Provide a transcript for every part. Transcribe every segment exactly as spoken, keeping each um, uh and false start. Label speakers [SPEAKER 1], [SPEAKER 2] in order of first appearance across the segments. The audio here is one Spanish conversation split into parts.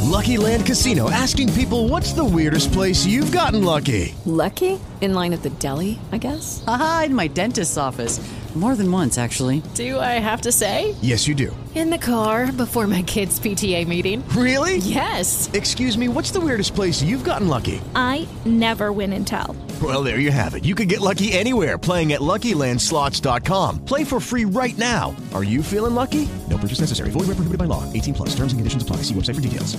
[SPEAKER 1] Lucky Land Casino, asking people, what's the weirdest place you've gotten lucky?
[SPEAKER 2] Lucky? In line at the deli, I guess?
[SPEAKER 3] Aha, in my dentist's office. More than once, actually.
[SPEAKER 2] Do I have to say?
[SPEAKER 1] Yes, you do.
[SPEAKER 2] In the car before my kids' P T A meeting.
[SPEAKER 1] Really?
[SPEAKER 2] Yes.
[SPEAKER 1] Excuse me, what's the weirdest place you've gotten lucky?
[SPEAKER 4] I never win and tell.
[SPEAKER 1] Well, there you have it. You can get lucky anywhere, playing at Lucky Land Slots dot com. Play for free right now. Are you feeling lucky? No purchase necessary. Void where prohibited by law. eighteen plus. Terms and conditions apply. See website for details.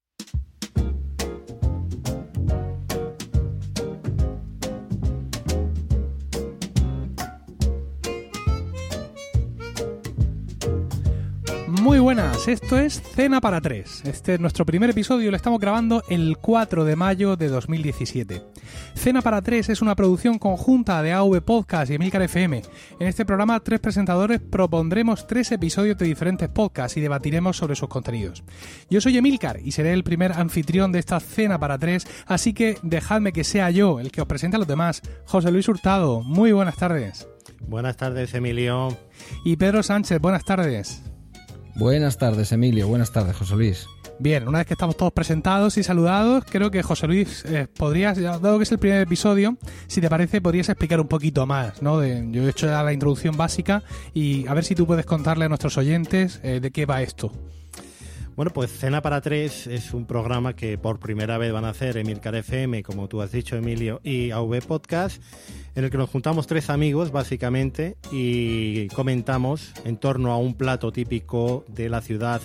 [SPEAKER 5] Muy buenas, esto es Cena para Tres. Este es nuestro primer episodio, lo estamos grabando el cuatro de mayo de dos mil diecisiete. Cena para Tres es una producción conjunta de A V Podcast y Emilcar F M. En este programa, tres presentadores propondremos tres episodios de diferentes podcasts y debatiremos sobre sus contenidos. Yo soy Emilcar y seré el primer anfitrión de esta Cena para Tres, así que dejadme que sea yo el que os presente a los demás. José Luis Hurtado, muy buenas tardes.
[SPEAKER 6] Buenas tardes, Emilio.
[SPEAKER 5] Y Pedro Sánchez, buenas tardes.
[SPEAKER 7] Buenas tardes, Emilio. Buenas tardes, José Luis.
[SPEAKER 5] Bien, una vez que estamos todos presentados y saludados, creo que José Luis, eh, podrías, dado que es el primer episodio, si te parece, podrías explicar un poquito más, ¿no? De, yo he hecho ya la introducción básica y a ver si tú puedes contarle a nuestros oyentes eh, de qué va esto.
[SPEAKER 6] Bueno, pues Cena para Tres es un programa que por primera vez van a hacer Emilcar F M, como tú has dicho, Emilio, y A V Podcast, en el que nos juntamos tres amigos, básicamente, y comentamos en torno a un plato típico de la ciudad,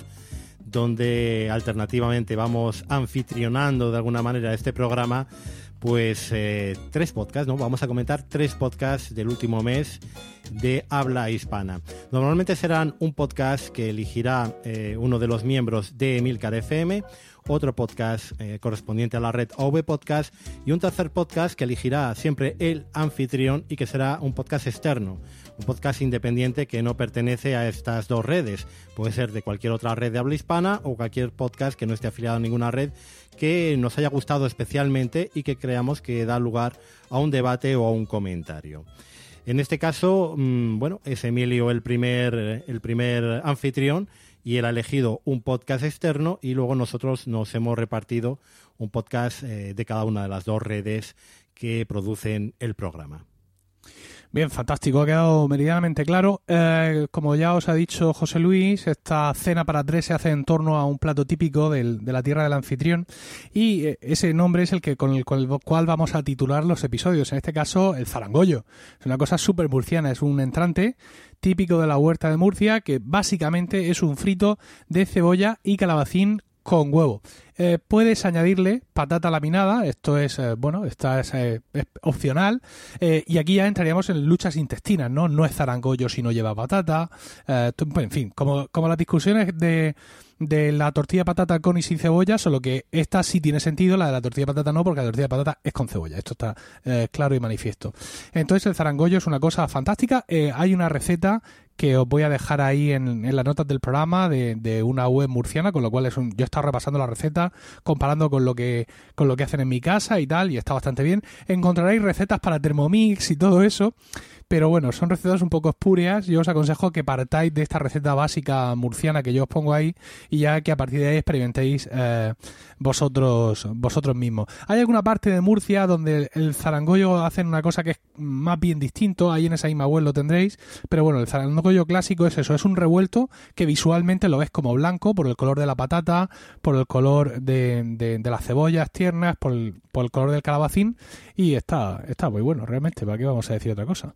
[SPEAKER 6] donde alternativamente vamos anfitrionando de alguna manera este programa, pues eh, tres podcasts, ¿no? Vamos a comentar tres podcasts del último mes de habla hispana. Normalmente serán un podcast que elegirá eh, uno de los miembros de Emilcar F M, otro podcast eh, correspondiente a la red A V Podcast y un tercer podcast que elegirá siempre el anfitrión y que será un podcast externo, un podcast independiente que no pertenece a estas dos redes. Puede ser de cualquier otra red de habla hispana o cualquier podcast que no esté afiliado a ninguna red que nos haya gustado especialmente y que creamos que da lugar a un debate o a un comentario. En este caso, mmm, bueno, es Emilio el primer, el primer anfitrión y él ha elegido un podcast externo y luego nosotros nos hemos repartido un podcast eh, de cada una de las dos redes que producen el programa.
[SPEAKER 5] Bien, fantástico, ha quedado meridianamente claro. Eh, como ya os ha dicho José Luis, esta cena para tres se hace en torno a un plato típico del, de la tierra del anfitrión y eh, ese nombre es el que con el, con el cual vamos a titular los episodios. En este caso, el zarangollo. Es una cosa súper murciana, es un entrante típico de la huerta de Murcia que básicamente es un frito de cebolla y calabacín con huevo. Eh, puedes añadirle patata laminada, esto es, eh, bueno, esta es, eh, es opcional, eh, y aquí ya entraríamos en luchas intestinas, ¿no? No es zarangollo si no lleva patata, eh, en fin, como, como las discusiones de, de la tortilla de patata con y sin cebolla, solo que esta sí tiene sentido, la de la tortilla de patata no, porque la tortilla de patata es con cebolla, esto está eh, claro y manifiesto. Entonces el zarangollo es una cosa fantástica, eh, hay una receta que os voy a dejar ahí en, en las notas del programa de, de una web murciana, con lo cual es un, yo he estado repasando la receta, comparando con lo que con lo que hacen en mi casa y tal, y está bastante bien. Encontraréis recetas para Thermomix y todo eso, pero bueno, son recetas un poco espurias. Yo os aconsejo que partáis de esta receta básica murciana que yo os pongo ahí y ya que a partir de ahí experimentéis eh, vosotros vosotros mismos. Hay alguna parte de Murcia donde el zarangollo hacen una cosa que es más bien distinto, ahí en esa misma web lo tendréis, pero bueno, el zarangollo clásico es eso, es un revuelto que visualmente lo ves como blanco por el color de la patata, por el color de, de, de las cebollas tiernas, por el, por el color del calabacín y está, está muy bueno realmente, ¿para qué vamos a decir otra cosa?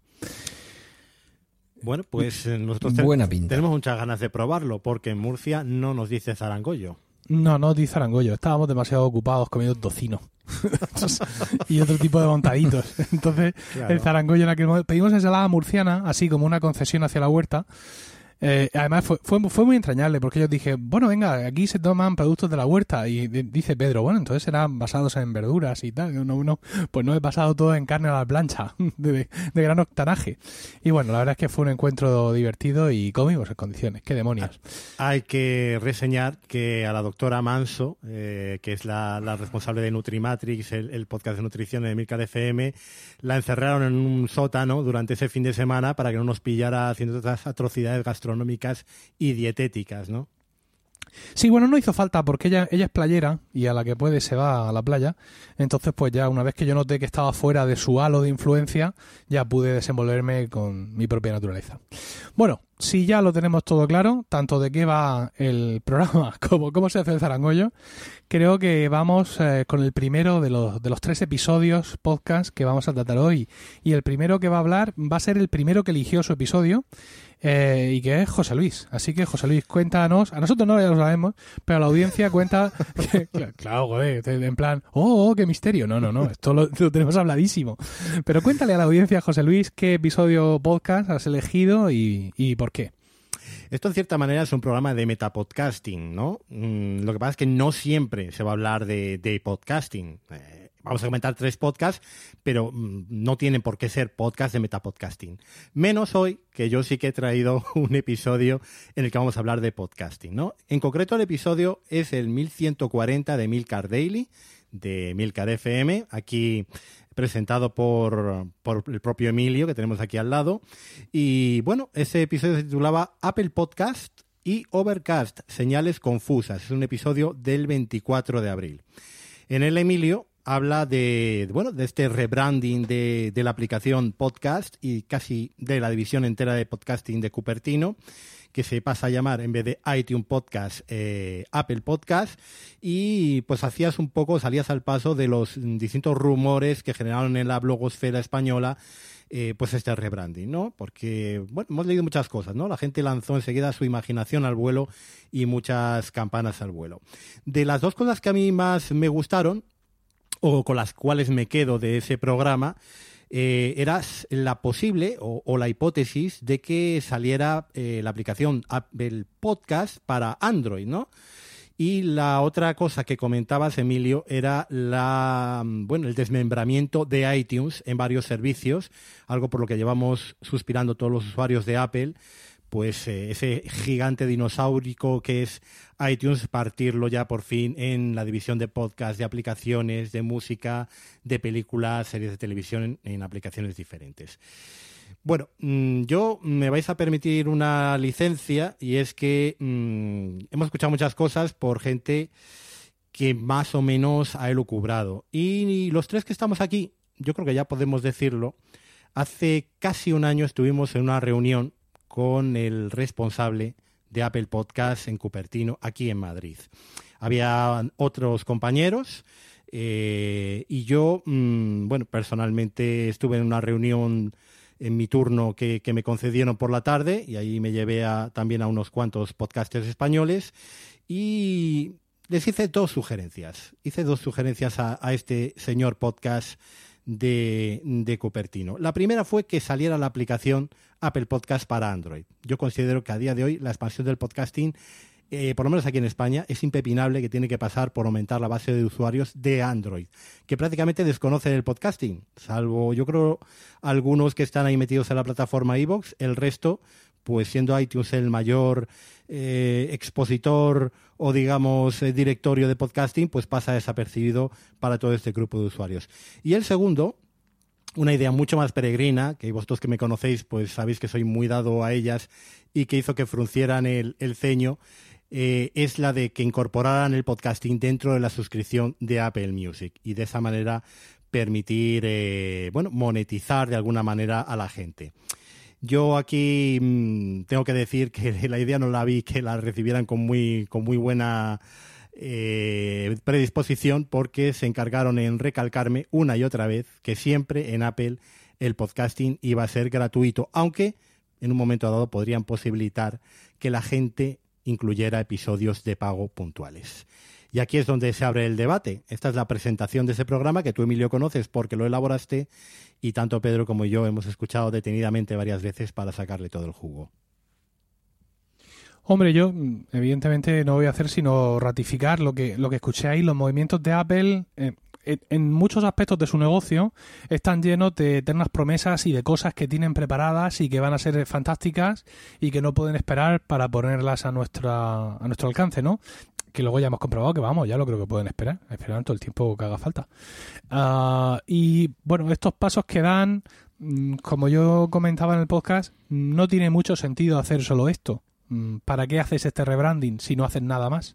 [SPEAKER 6] Bueno, pues nosotros
[SPEAKER 7] Buena
[SPEAKER 6] ten-
[SPEAKER 7] pinta.
[SPEAKER 6] tenemos muchas ganas de probarlo porque en Murcia no nos dice zarangollo.
[SPEAKER 5] No, no di zarangollo, estábamos demasiado ocupados comiendo tocino y otro tipo de montaditos. Entonces,
[SPEAKER 6] Claro.
[SPEAKER 5] el zarangollo en aquel momento... Pedimos ensalada murciana, así como una concesión hacia la huerta. Eh, además fue, fue, fue muy entrañable porque yo dije, bueno, venga, aquí se toman productos de la huerta y de, dice Pedro, bueno, entonces serán basados en verduras y tal. No, no, pues no, he basado todo en carne a la plancha de, de gran octanaje. Y bueno, la verdad es que fue un encuentro divertido y comimos en condiciones. ¡Qué demonios!
[SPEAKER 6] Hay que reseñar que a la doctora Manso, eh, que es la, la responsable de Nutrimatrix, el, el podcast de nutrición de Emilcar F M, la encerraron en un sótano durante ese fin de semana para que no nos pillara haciendo otras atrocidades gastronómicas y dietéticas, ¿no?
[SPEAKER 5] Sí, bueno, no hizo falta porque ella, ella es playera y a la que puede se va a la playa. Entonces, pues ya una vez que yo noté que estaba fuera de su halo de influencia, ya pude desenvolverme con mi propia naturaleza. Bueno, si ya lo tenemos todo claro, tanto de qué va el programa como cómo se hace el zarangollo, creo que vamos eh, con el primero de los, de los tres episodios podcast que vamos a tratar hoy. Y el primero que va a hablar va a ser el primero que eligió su episodio, Eh, y que es José Luis. Así que, José Luis, cuéntanos, a nosotros no ya lo sabemos, pero a la audiencia cuenta que, claro, claro, joder, en plan, oh, oh, qué misterio. No, no, no, esto lo, lo tenemos habladísimo. Pero cuéntale a la audiencia, José Luis, qué episodio podcast has elegido y, y por qué.
[SPEAKER 6] Esto, en cierta manera, es un programa de metapodcasting, ¿no? Mm, lo que pasa es que no siempre se va a hablar de, de podcasting. Eh, vamos a comentar tres podcasts, pero mm, no tienen por qué ser podcasts de metapodcasting. Menos hoy, que yo sí que he traído un episodio en el que vamos a hablar de podcasting, ¿no? En concreto, el episodio es el mil ciento cuarenta de Emilcar Daily, de Emilcar F M, aquí presentado por, por el propio Emilio, que tenemos aquí al lado. Y bueno, ese episodio se titulaba Apple Podcast y Overcast, señales confusas. Es un episodio del veinticuatro de abril. En el Emilio habla de, bueno, de este rebranding de, de la aplicación Podcast y casi de la división entera de podcasting de Cupertino, que se pasa a llamar, en vez de iTunes Podcast, eh, Apple Podcast, y pues hacías un poco, salías al paso de los distintos rumores que generaron en la blogosfera española, eh, pues este rebranding, ¿no? Porque, bueno, hemos leído muchas cosas, ¿no? La gente lanzó enseguida su imaginación al vuelo y muchas campanas al vuelo. De las dos cosas que a mí más me gustaron, o con las cuales me quedo de ese programa, Eh, era la posible o, o la hipótesis de que saliera eh, la aplicación Apple Podcast para Android, ¿no? Y la otra cosa que comentabas, Emilio, era la, bueno, el desmembramiento de iTunes en varios servicios, algo por lo que llevamos suspirando todos los usuarios de Apple, pues eh, ese gigante dinosaurico que es iTunes, partirlo ya por fin en la división de podcast, de aplicaciones, de música, de películas, series de televisión en, en aplicaciones diferentes. Bueno, mmm, yo me vais a permitir una licencia, y es que mmm, hemos escuchado muchas cosas por gente que más o menos ha elucubrado. Y los tres que estamos aquí, yo creo que ya podemos decirlo, hace casi un año estuvimos en una reunión con el responsable de Apple Podcast en Cupertino, aquí en Madrid. Había otros compañeros eh, y yo, mmm, bueno, personalmente estuve en una reunión en mi turno que, que me concedieron por la tarde, y ahí me llevé a, también a unos cuantos podcasters españoles, y les hice dos sugerencias. Hice dos sugerencias a, a este señor podcast de, de Cupertino. La primera fue que saliera la aplicación Apple Podcast para Android. Yo considero que a día de hoy la expansión del podcasting, eh, por lo menos aquí en España, es impepinable, que tiene que pasar por aumentar la base de usuarios de Android, que prácticamente desconocen el podcasting, salvo yo creo algunos que están ahí metidos en la plataforma iVoox. El resto, pues siendo iTunes el mayor eh, expositor o digamos eh, directorio de podcasting, pues pasa desapercibido para todo este grupo de usuarios. Y el segundo, una idea mucho más peregrina, que vosotros que me conocéis pues sabéis que soy muy dado a ellas y que hizo que fruncieran el, el ceño, eh, es la de que incorporaran el podcasting dentro de la suscripción de Apple Music, y de esa manera permitir eh, bueno, monetizar de alguna manera a la gente. Yo aquí mmm, tengo que decir que la idea no la vi que la recibieran con muy, con muy buena eh, predisposición, porque se encargaron en recalcarme una y otra vez que siempre en Apple el podcasting iba a ser gratuito, aunque en un momento dado podrían posibilitar que la gente incluyera episodios de pago puntuales. Y aquí es donde se abre el debate. Esta es la presentación de ese programa que tú, Emilio, conoces porque lo elaboraste, y tanto Pedro como yo hemos escuchado detenidamente varias veces para sacarle todo el jugo.
[SPEAKER 5] Hombre, yo evidentemente no voy a hacer sino ratificar lo que, lo que escuché ahí. Los movimientos de Apple, eh, en muchos aspectos de su negocio, están llenos de eternas promesas y de cosas que tienen preparadas y que van a ser fantásticas y que no pueden esperar para ponerlas a nuestra a nuestro alcance, ¿no? Que luego ya hemos comprobado que, vamos, ya lo creo que pueden esperar, esperar todo el tiempo que haga falta. Uh, y, bueno, estos pasos que dan, como yo comentaba en el podcast, no tiene mucho sentido hacer solo esto. ¿para qué haces este rebranding si no haces nada más?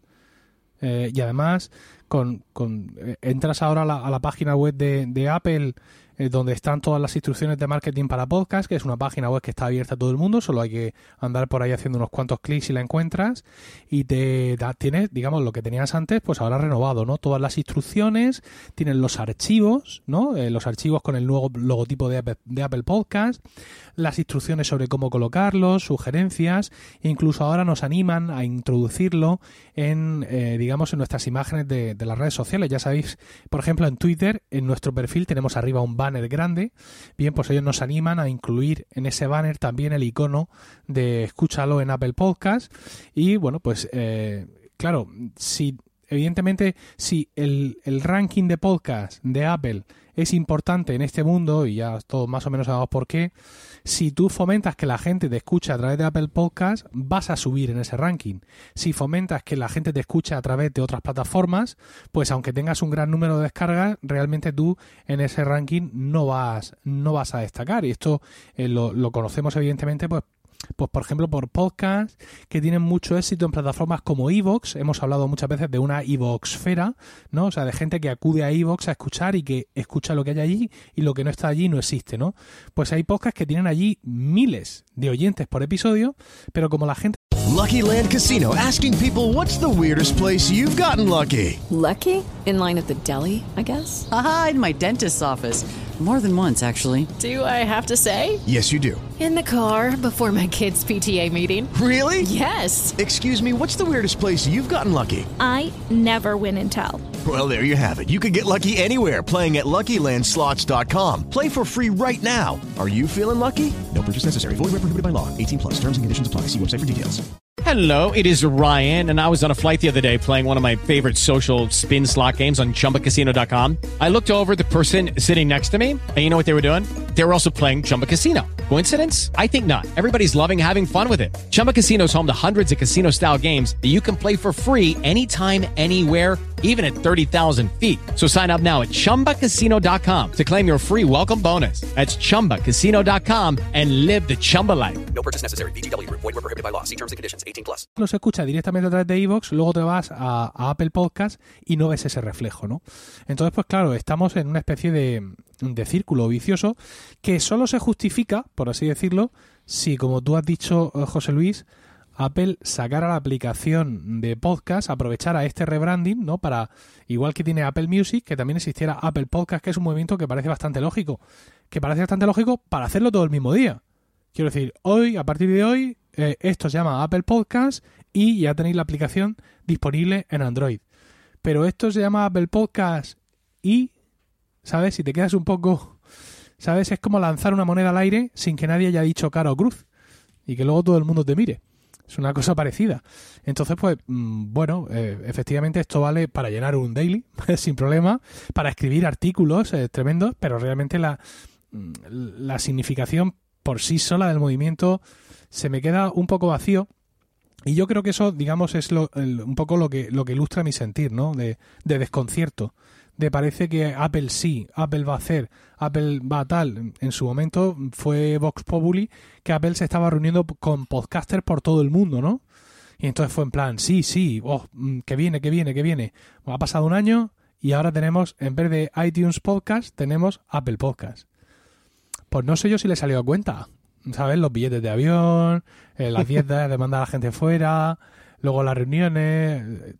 [SPEAKER 5] Eh, y además, con, con eh, entras ahora a la, a la página web de, de Apple, eh, donde están todas las instrucciones de marketing para podcast, que es una página web que está abierta a todo el mundo, solo hay que andar por ahí haciendo unos cuantos clics y la encuentras, y te da, tienes, digamos, lo que tenías antes, pues ahora renovado, ¿no? Todas las instrucciones, tienen los archivos, ¿no? Eh, los archivos con el nuevo logotipo de Apple, de Apple Podcast, las instrucciones sobre cómo colocarlos, sugerencias, e incluso ahora nos animan a introducirlo en, eh, digamos, en nuestras imágenes de, de las redes sociales. Ya sabéis, por ejemplo, en Twitter, en nuestro perfil tenemos arriba un banner grande. Bien, pues ellos nos animan a incluir en ese banner también el icono de escúchalo en Apple Podcast. Y bueno, pues eh, claro, si evidentemente si el, el ranking de podcast de Apple es importante en este mundo, y ya todos más o menos sabemos por qué, si tú fomentas que la gente te escuche a través de Apple Podcast, vas a subir en ese ranking. Si fomentas que la gente te escuche a través de otras plataformas, pues aunque tengas un gran número de descargas, realmente tú en ese ranking no vas, no vas a destacar. Y esto eh, lo, lo conocemos evidentemente pues Pues por ejemplo por podcasts que tienen mucho éxito en plataformas como iVoox. Hemos hablado muchas veces de una iVooxfera, ¿no? O sea, de gente que acude a iVoox a escuchar y que escucha lo que hay allí y lo que no está allí no existe, ¿no? Pues hay podcasts que tienen allí miles de oyentes por episodio, pero como la gente...
[SPEAKER 1] Lucky Land Casino, asking people, what's the weirdest place you've gotten lucky?
[SPEAKER 2] Lucky? In line at the deli, I guess?
[SPEAKER 3] Aha, in my dentist's office. More than once, actually.
[SPEAKER 2] Do I have to say?
[SPEAKER 1] Yes, you do.
[SPEAKER 2] In the car before my kids' P T A meeting.
[SPEAKER 1] Really?
[SPEAKER 2] Yes.
[SPEAKER 1] Excuse me, what's the weirdest place you've gotten lucky?
[SPEAKER 4] I never win and tell.
[SPEAKER 1] Well, there you have it. You can get lucky anywhere, playing at Lucky Land Slots dot com. Play for free right now. Are you feeling lucky? No purchase necessary. Void where prohibited by law. eighteen plus. Terms and conditions apply. See website for details.
[SPEAKER 8] Hello, it is Ryan, and I was on a flight the other day playing one of my favorite social spin slot games on Chumba Casino dot com. I looked over at the person sitting next to me, and you know what they were doing? They were also playing Chumba Casino. Coincidence? I think not. Everybody's loving having fun with it. Chumba Casino is home to hundreds of casino-style games that you can play for free anytime, anywhere, even at thirty thousand feet. So sign up now at Chumba Casino dot com to claim your free welcome bonus. That's Chumba Casino dot com and live the Chumba life.
[SPEAKER 9] No purchase necessary. V G W. Void where prohibited by law. See terms and conditions. eighteen plus.
[SPEAKER 5] Los escucha directamente a través de iVoox, luego te vas a, a Apple Podcast y no ves ese reflejo, ¿no? Entonces, pues claro, estamos en una especie de, de círculo vicioso que solo se justifica, por así decirlo, si, como tú has dicho, José Luis, Apple sacara la aplicación de podcast, aprovechara este rebranding, ¿no? Para, igual que tiene Apple Music, que también existiera Apple Podcast, que es un movimiento que parece bastante lógico. Que parece bastante lógico para hacerlo todo el mismo día. Quiero decir, hoy, a partir de hoy, eh, esto se llama Apple Podcast y ya tenéis la aplicación disponible en Android. Pero esto se llama Apple Podcast y, ¿sabes? Si te quedas un poco, ¿sabes? Es como lanzar una moneda al aire sin que nadie haya dicho cara o cruz y que luego todo el mundo te mire. Es una cosa parecida. Entonces, pues, bueno, eh, efectivamente esto vale para llenar un daily, sin problema, para escribir artículos eh, tremendos, pero realmente la, la significación por sí sola del movimiento se me queda un poco vacío. Y yo creo que eso, digamos, es lo, el, un poco lo que, lo que ilustra mi sentir, ¿no? De, de desconcierto. De parece que Apple sí, Apple va a hacer, Apple va a tal. En su momento fue Vox Populi que Apple se estaba reuniendo con podcasters por todo el mundo, ¿no? Y entonces fue en plan, sí, sí, oh, que viene, que viene, que viene. Ha pasado un año y ahora tenemos, en vez de iTunes Podcast, tenemos Apple Podcast. Pues no sé yo si le salió a cuenta. ¿Sabes? Los billetes de avión, eh, las dietas de mandar a la gente fuera, luego las reuniones,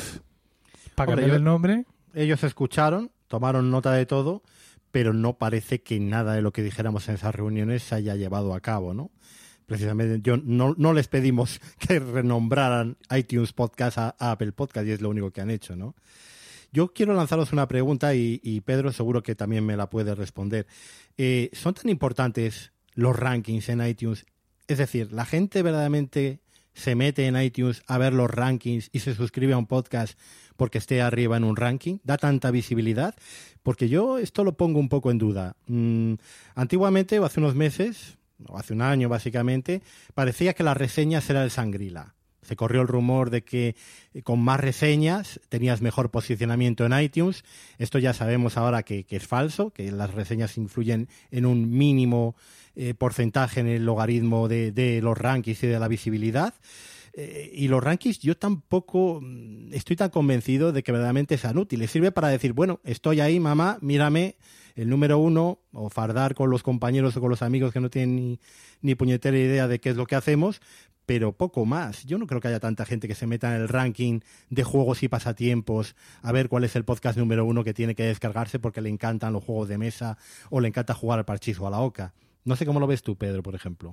[SPEAKER 5] para cambiar el nombre.
[SPEAKER 6] Ellos escucharon, tomaron nota de todo, pero no parece que nada de lo que dijéramos en esas reuniones se haya llevado a cabo, ¿no? Precisamente yo no, no les pedimos que renombraran iTunes Podcast a, a Apple Podcast y es lo único que han hecho, ¿no? Yo quiero lanzaros una pregunta y, y Pedro seguro que también me la puede responder. Eh, ¿Son tan importantes los rankings en iTunes? Es decir, ¿la gente verdaderamente se mete en iTunes a ver los rankings y se suscribe a un podcast porque esté arriba en un ranking? ¿Da tanta visibilidad? Porque yo esto lo pongo un poco en duda. Mm, antiguamente, o hace unos meses, o hace un año básicamente, parecía que las reseñas era el Sangrila. se corrió el rumor de que con más reseñas tenías mejor posicionamiento en iTunes. Esto ya sabemos ahora que, que es falso, que las reseñas influyen en un mínimo eh, porcentaje en el logaritmo de, de los rankings y de la visibilidad. Eh, y los rankings yo tampoco estoy tan convencido de que verdaderamente sean útiles. Sirve para decir, bueno, estoy ahí, mamá, mírame, el número uno, o fardar con los compañeros o con los amigos que no tienen ni, ni puñetera idea de qué es lo que hacemos, pero poco más. Yo no creo que haya tanta gente que se meta en el ranking de juegos y pasatiempos a ver cuál es el podcast número uno que tiene que descargarse porque le encantan los juegos de mesa o le encanta jugar al parchís o a la oca. No sé cómo lo ves tú, Pedro, por ejemplo.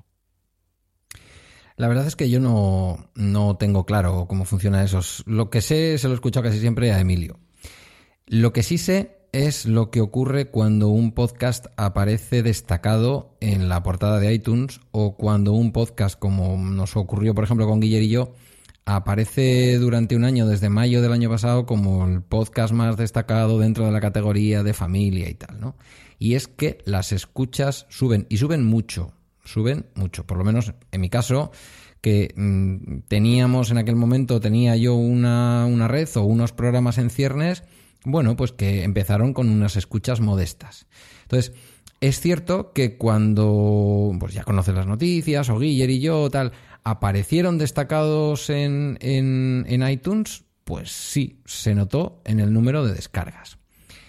[SPEAKER 7] La verdad es que yo no, no tengo claro cómo funciona eso. Lo que sé, se lo he escuchado casi siempre a Emilio. Lo que sí sé es lo que ocurre cuando un podcast aparece destacado en la portada de iTunes o cuando un podcast, como nos ocurrió por ejemplo con Guiller y yo, aparece durante un año, desde mayo del año pasado, como el podcast más destacado dentro de la categoría de familia y tal, ¿no? Y es que las escuchas suben, y suben mucho. Suben mucho, por lo menos en mi caso, que mmm, teníamos en aquel momento, tenía yo una, una red o unos programas en ciernes, bueno, pues que empezaron con unas escuchas modestas. Entonces, es cierto que cuando, pues ya conoces las noticias, o Guiller y yo, tal, aparecieron destacados en, en, en iTunes, pues sí, se notó en el número de descargas.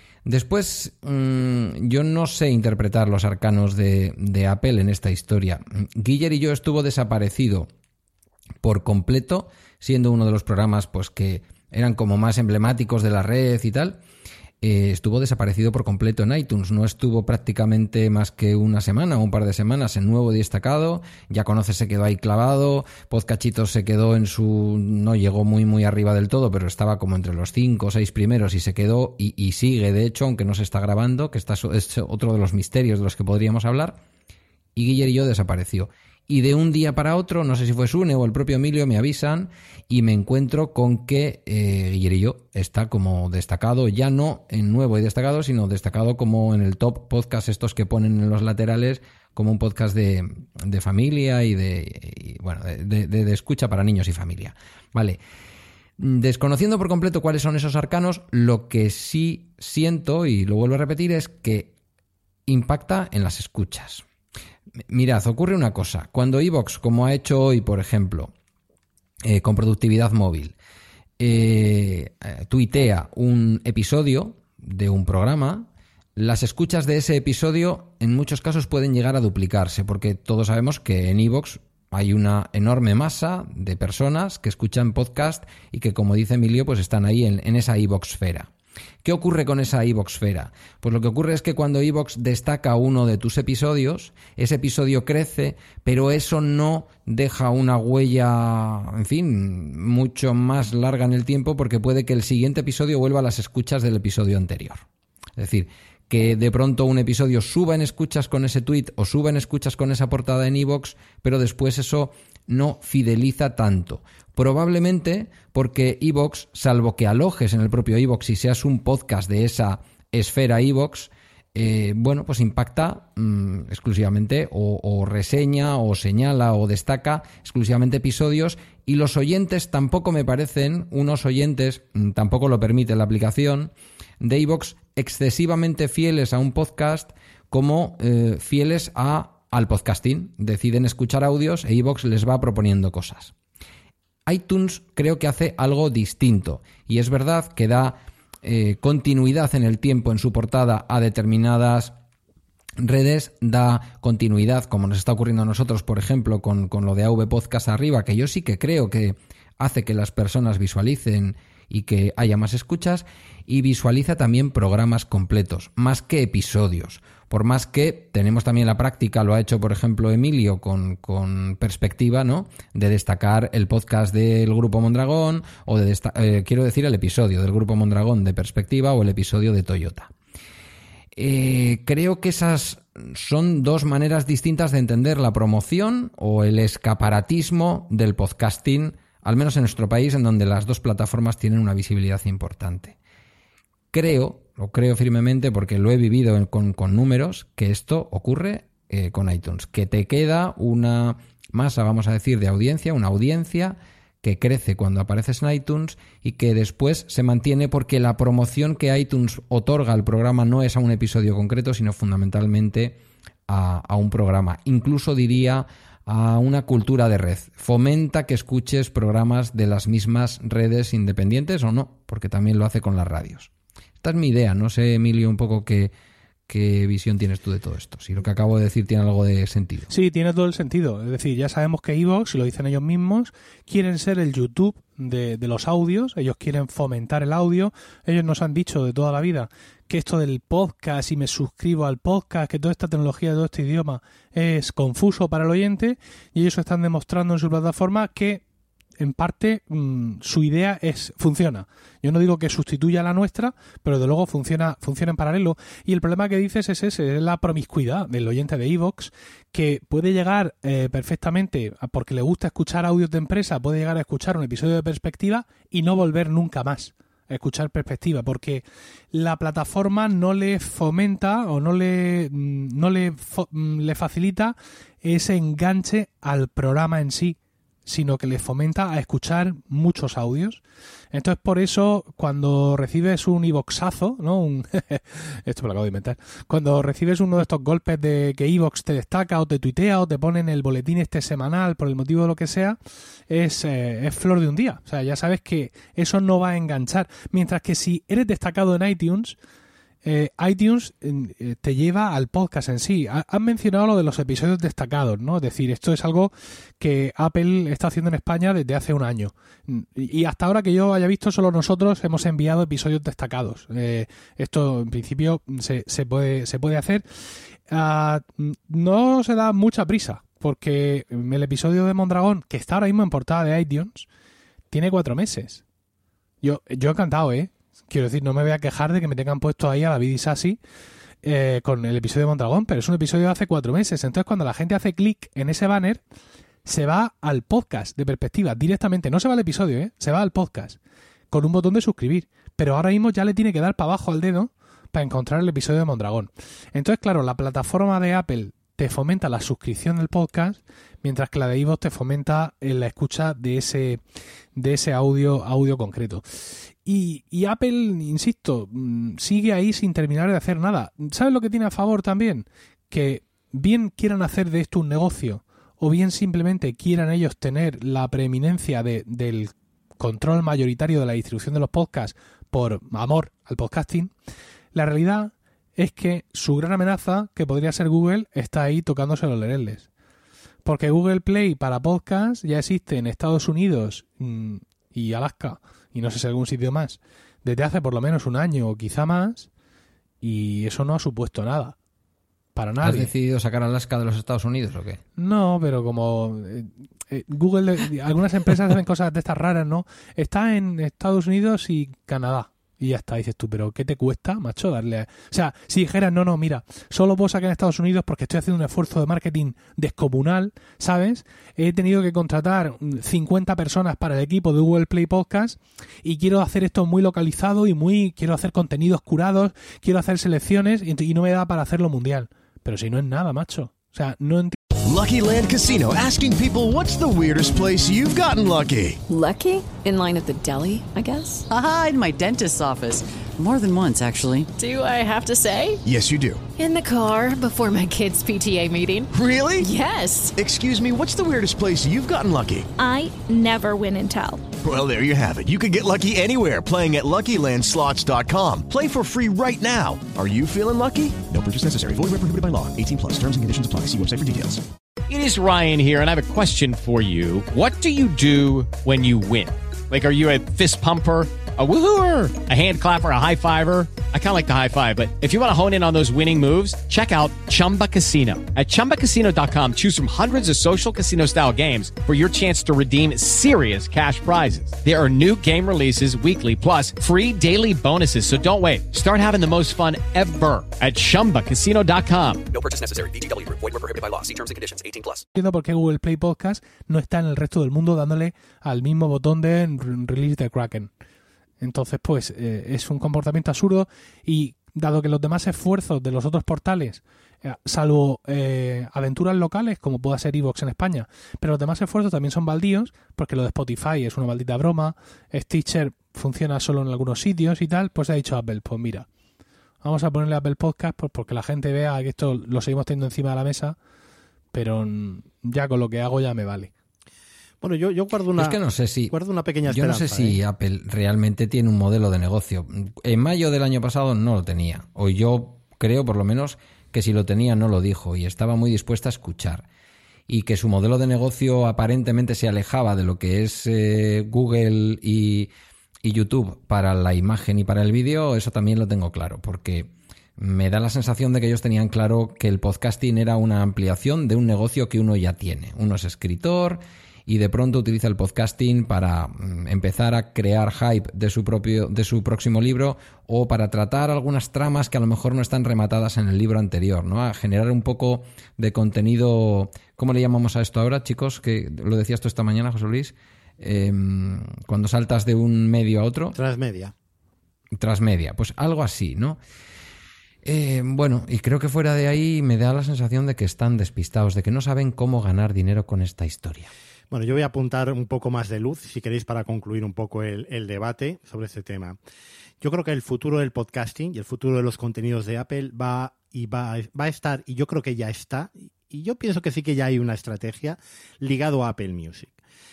[SPEAKER 7] Después, mmm, yo no sé interpretar los arcanos de, de Apple en esta historia. Guiller y yo estuvo desaparecido por completo, siendo uno de los programas pues que eran como más emblemáticos de la red y tal. Eh, estuvo desaparecido por completo en iTunes. No estuvo prácticamente más que una semana o un par de semanas en nuevo y destacado. Ya Conoces se quedó ahí clavado. Podcachitos se quedó en su... No llegó muy muy arriba del todo, pero estaba como entre los cinco o seis primeros y se quedó y, y sigue, de hecho, aunque no se está grabando, que está, es otro de los misterios de los que podríamos hablar. Y Guiller y yo desapareció. Y de un día para otro, no sé si fue Sune o el propio Emilio, me avisan y me encuentro con que eh, Guiller y yo está como destacado, ya no en nuevo y destacado, sino destacado como en el top podcast estos que ponen en los laterales, como un podcast de, de familia y de y, bueno de, de, de escucha para niños y familia. Vale. Desconociendo por completo cuáles son esos arcanos, lo que sí siento, y lo vuelvo a repetir, es que impacta en las escuchas. Mirad, ocurre una cosa. Cuando iVoox, como ha hecho hoy, por ejemplo, eh, con productividad móvil, eh, tuitea un episodio de un programa, las escuchas de ese episodio en muchos casos pueden llegar a duplicarse, porque todos sabemos que en iVoox hay una enorme masa de personas que escuchan podcast y que, como dice Emilio, pues están ahí en, en esa iVooxfera. ¿Qué ocurre con esa iVooxfera? Pues lo que ocurre es que cuando iVoox destaca uno de tus episodios, ese episodio crece, pero eso no deja una huella, en fin, mucho más larga en el tiempo, porque puede que el siguiente episodio vuelva a las escuchas del episodio anterior. Es decir, que de pronto un episodio suba en escuchas con ese tweet o suba en escuchas con esa portada en iVoox, pero después eso no fideliza tanto. Probablemente porque iVoox, salvo que alojes en el propio iVoox y seas un podcast de esa esfera iVoox, eh, bueno, pues impacta mmm, exclusivamente o, o reseña o señala o destaca exclusivamente episodios, y los oyentes tampoco me parecen unos oyentes, mmm, tampoco lo permite la aplicación de iVoox, excesivamente fieles a un podcast como eh, fieles a, al podcasting. Deciden escuchar audios e iVoox les va proponiendo cosas. iTunes creo que hace algo distinto, y es verdad que da eh, continuidad en el tiempo en su portada a determinadas redes, da continuidad, como nos está ocurriendo a nosotros, por ejemplo, con, con lo de A V Podcast arriba, que yo sí que creo que hace que las personas visualicen y que haya más escuchas, y visualiza también programas completos, más que episodios. Por más que tenemos también la práctica, lo ha hecho por ejemplo Emilio con, con Perspectiva, ¿no?, de destacar el podcast del Grupo Mondragón, o de desta- eh, quiero decir el episodio del Grupo Mondragón de Perspectiva o el episodio de Toyota. Eh, creo que esas son dos maneras distintas de entender la promoción o el escaparatismo del podcasting, al menos en nuestro país, en donde las dos plataformas tienen una visibilidad importante. Creo, lo creo firmemente porque lo he vivido en, con, con números, que esto ocurre eh, con iTunes, que te queda una masa, vamos a decir, de audiencia, una audiencia que crece cuando apareces en iTunes y que después se mantiene porque la promoción que iTunes otorga al programa no es a un episodio concreto, sino fundamentalmente a, a un programa. Incluso diría a una cultura de red. Fomenta que escuches programas de las mismas redes independientes o no, porque también lo hace con las radios. Esta es mi idea. No sé, Emilio, un poco qué, qué visión tienes tú de todo esto. Si lo que acabo de decir tiene algo de sentido.
[SPEAKER 5] Sí, tiene todo el sentido. Es decir, ya sabemos que iVoox, y lo dicen ellos mismos, quieren ser el YouTube de, de los audios. Ellos quieren fomentar el audio. Ellos nos han dicho de toda la vida que esto del podcast y me suscribo al podcast, que toda esta tecnología de todo este idioma es confuso para el oyente, y ellos están demostrando en su plataforma que en parte mmm, su idea es funciona. Yo no digo que sustituya a la nuestra, pero de luego funciona funciona en paralelo. Y el problema que dices es ese, es la promiscuidad del oyente de iVoox, que puede llegar eh, perfectamente, porque le gusta escuchar audios de empresa, puede llegar a escuchar un episodio de Perspectiva y no volver nunca más a escuchar Perspectiva, porque la plataforma no le fomenta o no le no le, le facilita ese enganche al programa en sí, sino que le fomenta a escuchar muchos audios. Entonces, por eso, cuando recibes un iVoxazo, ¿no? Un esto me lo acabo de inventar. Cuando recibes uno de estos golpes de que iVox te destaca o te tuitea o te pone en el boletín este semanal por el motivo de lo que sea, es, eh, es flor de un día. O sea, ya sabes que eso no va a enganchar. Mientras que si eres destacado en iTunes, Eh, iTunes eh, te lleva al podcast en sí. Ha, han mencionado lo de los episodios destacados, ¿no? Es decir, esto es algo que Apple está haciendo en España desde hace un año. Y, y hasta ahora que yo haya visto, solo nosotros hemos enviado episodios destacados. Eh, esto, en principio, se, se, puede, se puede hacer. Uh, no se da mucha prisa, porque el episodio de Mondragón, que está ahora mismo en portada de iTunes, tiene cuatro meses. Yo, yo encantado, ¿eh? Quiero decir, no me voy a quejar de que me tengan puesto ahí a David Isasi eh, con el episodio de Mondragón, pero es un episodio de hace cuatro meses. Entonces, cuando la gente hace clic en ese banner, se va al podcast de Perspectiva directamente. No se va al episodio, ¿eh? Se va al podcast con un botón de suscribir. Pero ahora mismo ya le tiene que dar para abajo al dedo para encontrar el episodio de Mondragón. Entonces, claro, la plataforma de Apple te fomenta la suscripción del podcast, mientras que la de iVoox te fomenta la escucha de ese, de ese audio, audio concreto. Y, y Apple, insisto, sigue ahí sin terminar de hacer nada. ¿Sabes lo que tiene a favor también? Que bien quieran hacer de esto un negocio, o bien simplemente quieran ellos tener la preeminencia de, del control mayoritario de la distribución de los podcasts por amor al podcasting, la realidad es que su gran amenaza, que podría ser Google, está ahí tocándose los lereles. Porque Google Play para podcast ya existe en Estados Unidos mmm, y Alaska, y no sé si algún sitio más, desde hace por lo menos un año o quizá más, y eso no ha supuesto nada. Para nadie.
[SPEAKER 7] ¿Has decidido sacar Alaska de los Estados Unidos o qué?
[SPEAKER 5] No, pero como eh, eh, Google, eh, algunas empresas hacen cosas de estas raras, ¿no? Está en Estados Unidos y Canadá. Y ya está, dices tú, pero ¿qué te cuesta, macho, darle a... O sea, si dijeras, no, no, mira, solo puedo sacar en Estados Unidos porque estoy haciendo un esfuerzo de marketing descomunal, ¿sabes? He tenido que contratar cincuenta personas para el equipo de Google Play Podcast y quiero hacer esto muy localizado y muy... Quiero hacer contenidos curados, quiero hacer selecciones y, y no me da para hacerlo mundial. Pero si no es nada, macho. O sea, no entiendo.
[SPEAKER 1] Lucky Land Casino, asking people, what's the weirdest place you've gotten lucky?
[SPEAKER 2] Lucky? In line at the deli, I guess?
[SPEAKER 3] Aha, in my dentist's office. More than once, actually.
[SPEAKER 2] Do I have to say?
[SPEAKER 1] Yes, you do.
[SPEAKER 2] In the car before my kids' P T A meeting.
[SPEAKER 1] Really?
[SPEAKER 2] Yes.
[SPEAKER 1] Excuse me, what's the weirdest place you've gotten lucky?
[SPEAKER 4] I never win and tell.
[SPEAKER 1] Well, there you have it. You can get lucky anywhere, playing at Lucky Land Slots dot com. Play for free right now. Are you feeling lucky? No purchase necessary. Void where prohibited by law. eighteen plus. Terms and conditions apply. See website for details.
[SPEAKER 8] It is Ryan here, and I have a question for you. What do you do when you win? Like, are you a fist pumper, a woohooer, a hand clapper, a high fiver? I kind of like the high five, but if you want to hone in on those winning moves, check out Chumba Casino. At Chumba Casino dot com, choose from hundreds of social casino-style games for your chance to redeem serious cash prizes. There are new game releases weekly, plus free daily bonuses, so don't wait. Start having the most fun ever at Chumba Casino dot com.
[SPEAKER 9] No purchase necessary. V G W Group. Void where prohibited by law. See terms and conditions. eighteen plus.
[SPEAKER 5] Entiendo por qué Google Play Podcast no está en el resto del mundo dándole al mismo botón de release de Kraken. Entonces, pues, eh, es un comportamiento absurdo y dado que los demás esfuerzos de los otros portales eh, salvo eh, aventuras locales como pueda ser iVoox en España. Pero los demás esfuerzos también son baldíos, porque lo de Spotify es una maldita broma, Stitcher funciona solo en algunos sitios y tal. Pues ha dicho Apple, pues mira, vamos a ponerle Apple Podcast pues porque la gente vea que esto lo seguimos teniendo encima de la mesa, pero ya con lo que hago ya me vale.
[SPEAKER 6] Bueno, yo, yo guardo una,
[SPEAKER 7] es que no sé si,
[SPEAKER 6] guardo una pequeña
[SPEAKER 7] yo
[SPEAKER 6] esperanza.
[SPEAKER 7] no sé si
[SPEAKER 6] ¿eh?
[SPEAKER 7] Apple realmente tiene un modelo de negocio. En mayo del año pasado no lo tenía, o yo creo por lo menos que si lo tenía no lo dijo y estaba muy dispuesta a escuchar. Y que su modelo de negocio aparentemente se alejaba de lo que es eh, Google y, y YouTube para la imagen y para el vídeo, eso también lo tengo claro, porque me da la sensación de que ellos tenían claro que el podcasting era una ampliación de un negocio que uno ya tiene. Uno es escritor y de pronto utiliza el podcasting para empezar a crear hype de su propio, de su próximo libro o para tratar algunas tramas que a lo mejor no están rematadas en el libro anterior, ¿no? A generar un poco de contenido. ¿Cómo le llamamos a esto ahora, chicos? Que lo decías tú esta mañana, José Luis. Eh, cuando saltas de un medio a otro.
[SPEAKER 6] Transmedia.
[SPEAKER 7] Transmedia. Pues algo así, ¿no? Eh, bueno, y creo que fuera de ahí me da la sensación de que están despistados, de que no saben cómo ganar dinero con esta historia.
[SPEAKER 6] Bueno, yo voy a apuntar un poco más de luz, si queréis, para concluir un poco el, el debate sobre este tema. Yo creo que el futuro del podcasting y el futuro de los contenidos de Apple va, y va, va a estar, y yo creo que ya está, y yo pienso que sí que ya hay una estrategia ligado a Apple Music.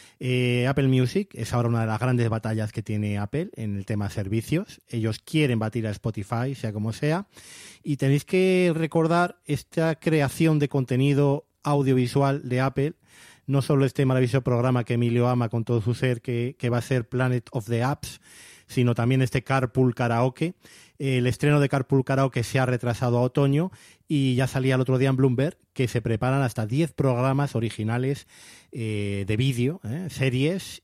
[SPEAKER 6] Eh, Apple Music es ahora una de las grandes batallas que tiene Apple en el tema servicios. Ellos quieren batir a Spotify, sea como sea, y tenéis que recordar esta creación de contenido audiovisual de Apple. No solo este maravilloso programa que Emilio ama con todo su ser, que, que va a ser Planet of the Apps, sino también este Carpool Karaoke. El estreno de Carpool Karaoke se ha retrasado a otoño y ya salía el otro día en Bloomberg que se preparan hasta diez programas originales eh, de vídeo, eh, series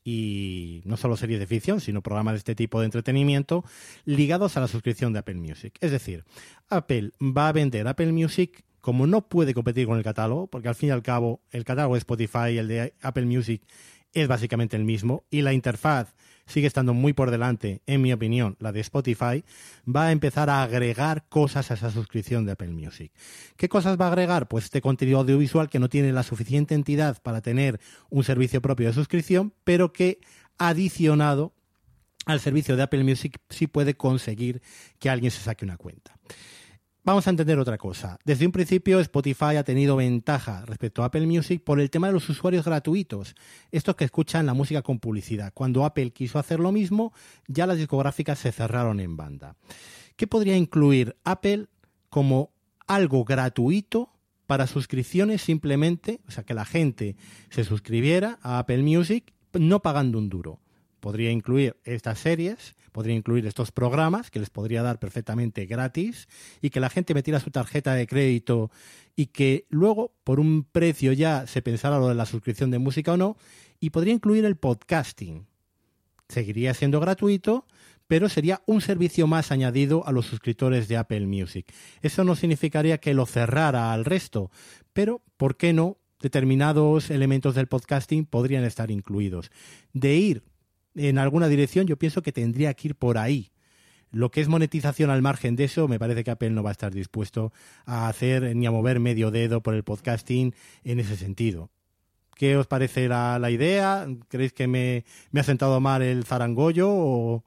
[SPEAKER 6] y no solo series de ficción, sino programas de este tipo de entretenimiento ligados a la suscripción de Apple Music. Es decir, Apple va a vender Apple Music. Como no puede competir con el catálogo, porque al fin y al cabo el catálogo de Spotify y el de Apple Music es básicamente el mismo y la interfaz sigue estando muy por delante, en mi opinión, la de Spotify, va a empezar a agregar cosas a esa suscripción de Apple Music. ¿Qué cosas va a agregar? Pues este contenido audiovisual que no tiene la suficiente entidad para tener un servicio propio de suscripción, pero que adicionado al servicio de Apple Music sí puede conseguir que alguien se saque una cuenta. Vamos a entender otra cosa. Desde un principio Spotify ha tenido ventaja respecto a Apple Music por el tema de los usuarios gratuitos, estos que escuchan la música con publicidad. Cuando Apple quiso hacer lo mismo, ya las discográficas se cerraron en banda. ¿Qué podría incluir Apple como algo gratuito para suscripciones simplemente? O sea, que la gente se suscribiera a Apple Music no pagando un duro. Podría incluir estas series, podría incluir estos programas que les podría dar perfectamente gratis y que la gente metiera su tarjeta de crédito y que luego por un precio ya se pensara lo de la suscripción de música o no, y podría incluir el podcasting. Seguiría siendo gratuito, pero sería un servicio más añadido a los suscriptores de Apple Music. Eso no significaría que lo cerrara al resto, pero ¿por qué no? Determinados elementos del podcasting podrían estar incluidos. De ir en alguna dirección, yo pienso que tendría que ir por ahí. Lo que es monetización al margen de eso, me parece que Apple no va a estar dispuesto a hacer ni a mover medio dedo por el podcasting en ese sentido. ¿Qué os parece la, la idea? ¿Creéis que me, me ha sentado mal el zarangollo o...?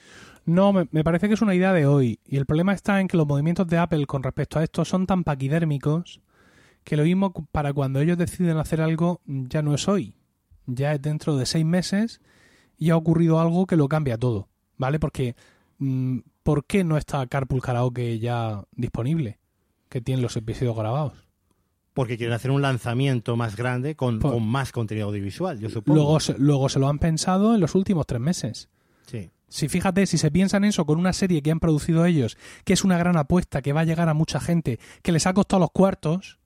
[SPEAKER 5] No, me, me parece que es una idea de hoy. Y el problema está en que los movimientos de Apple con respecto a esto son tan paquidérmicos que lo mismo para cuando ellos deciden hacer algo ya no es hoy. Ya es dentro de seis meses y ha ocurrido algo que lo cambia todo, ¿vale? Porque mmm, ¿por qué no está Carpool Karaoke ya disponible? Que tiene los episodios grabados.
[SPEAKER 6] Porque quieren hacer un lanzamiento más grande con, Por... con más contenido audiovisual, yo supongo.
[SPEAKER 5] Luego se, luego se lo han pensado en los últimos tres meses.
[SPEAKER 6] Sí.
[SPEAKER 5] Si fíjate, si se piensan en eso con una serie que han producido ellos, que es una gran apuesta, que va a llegar a mucha gente, que les ha costado los cuartos,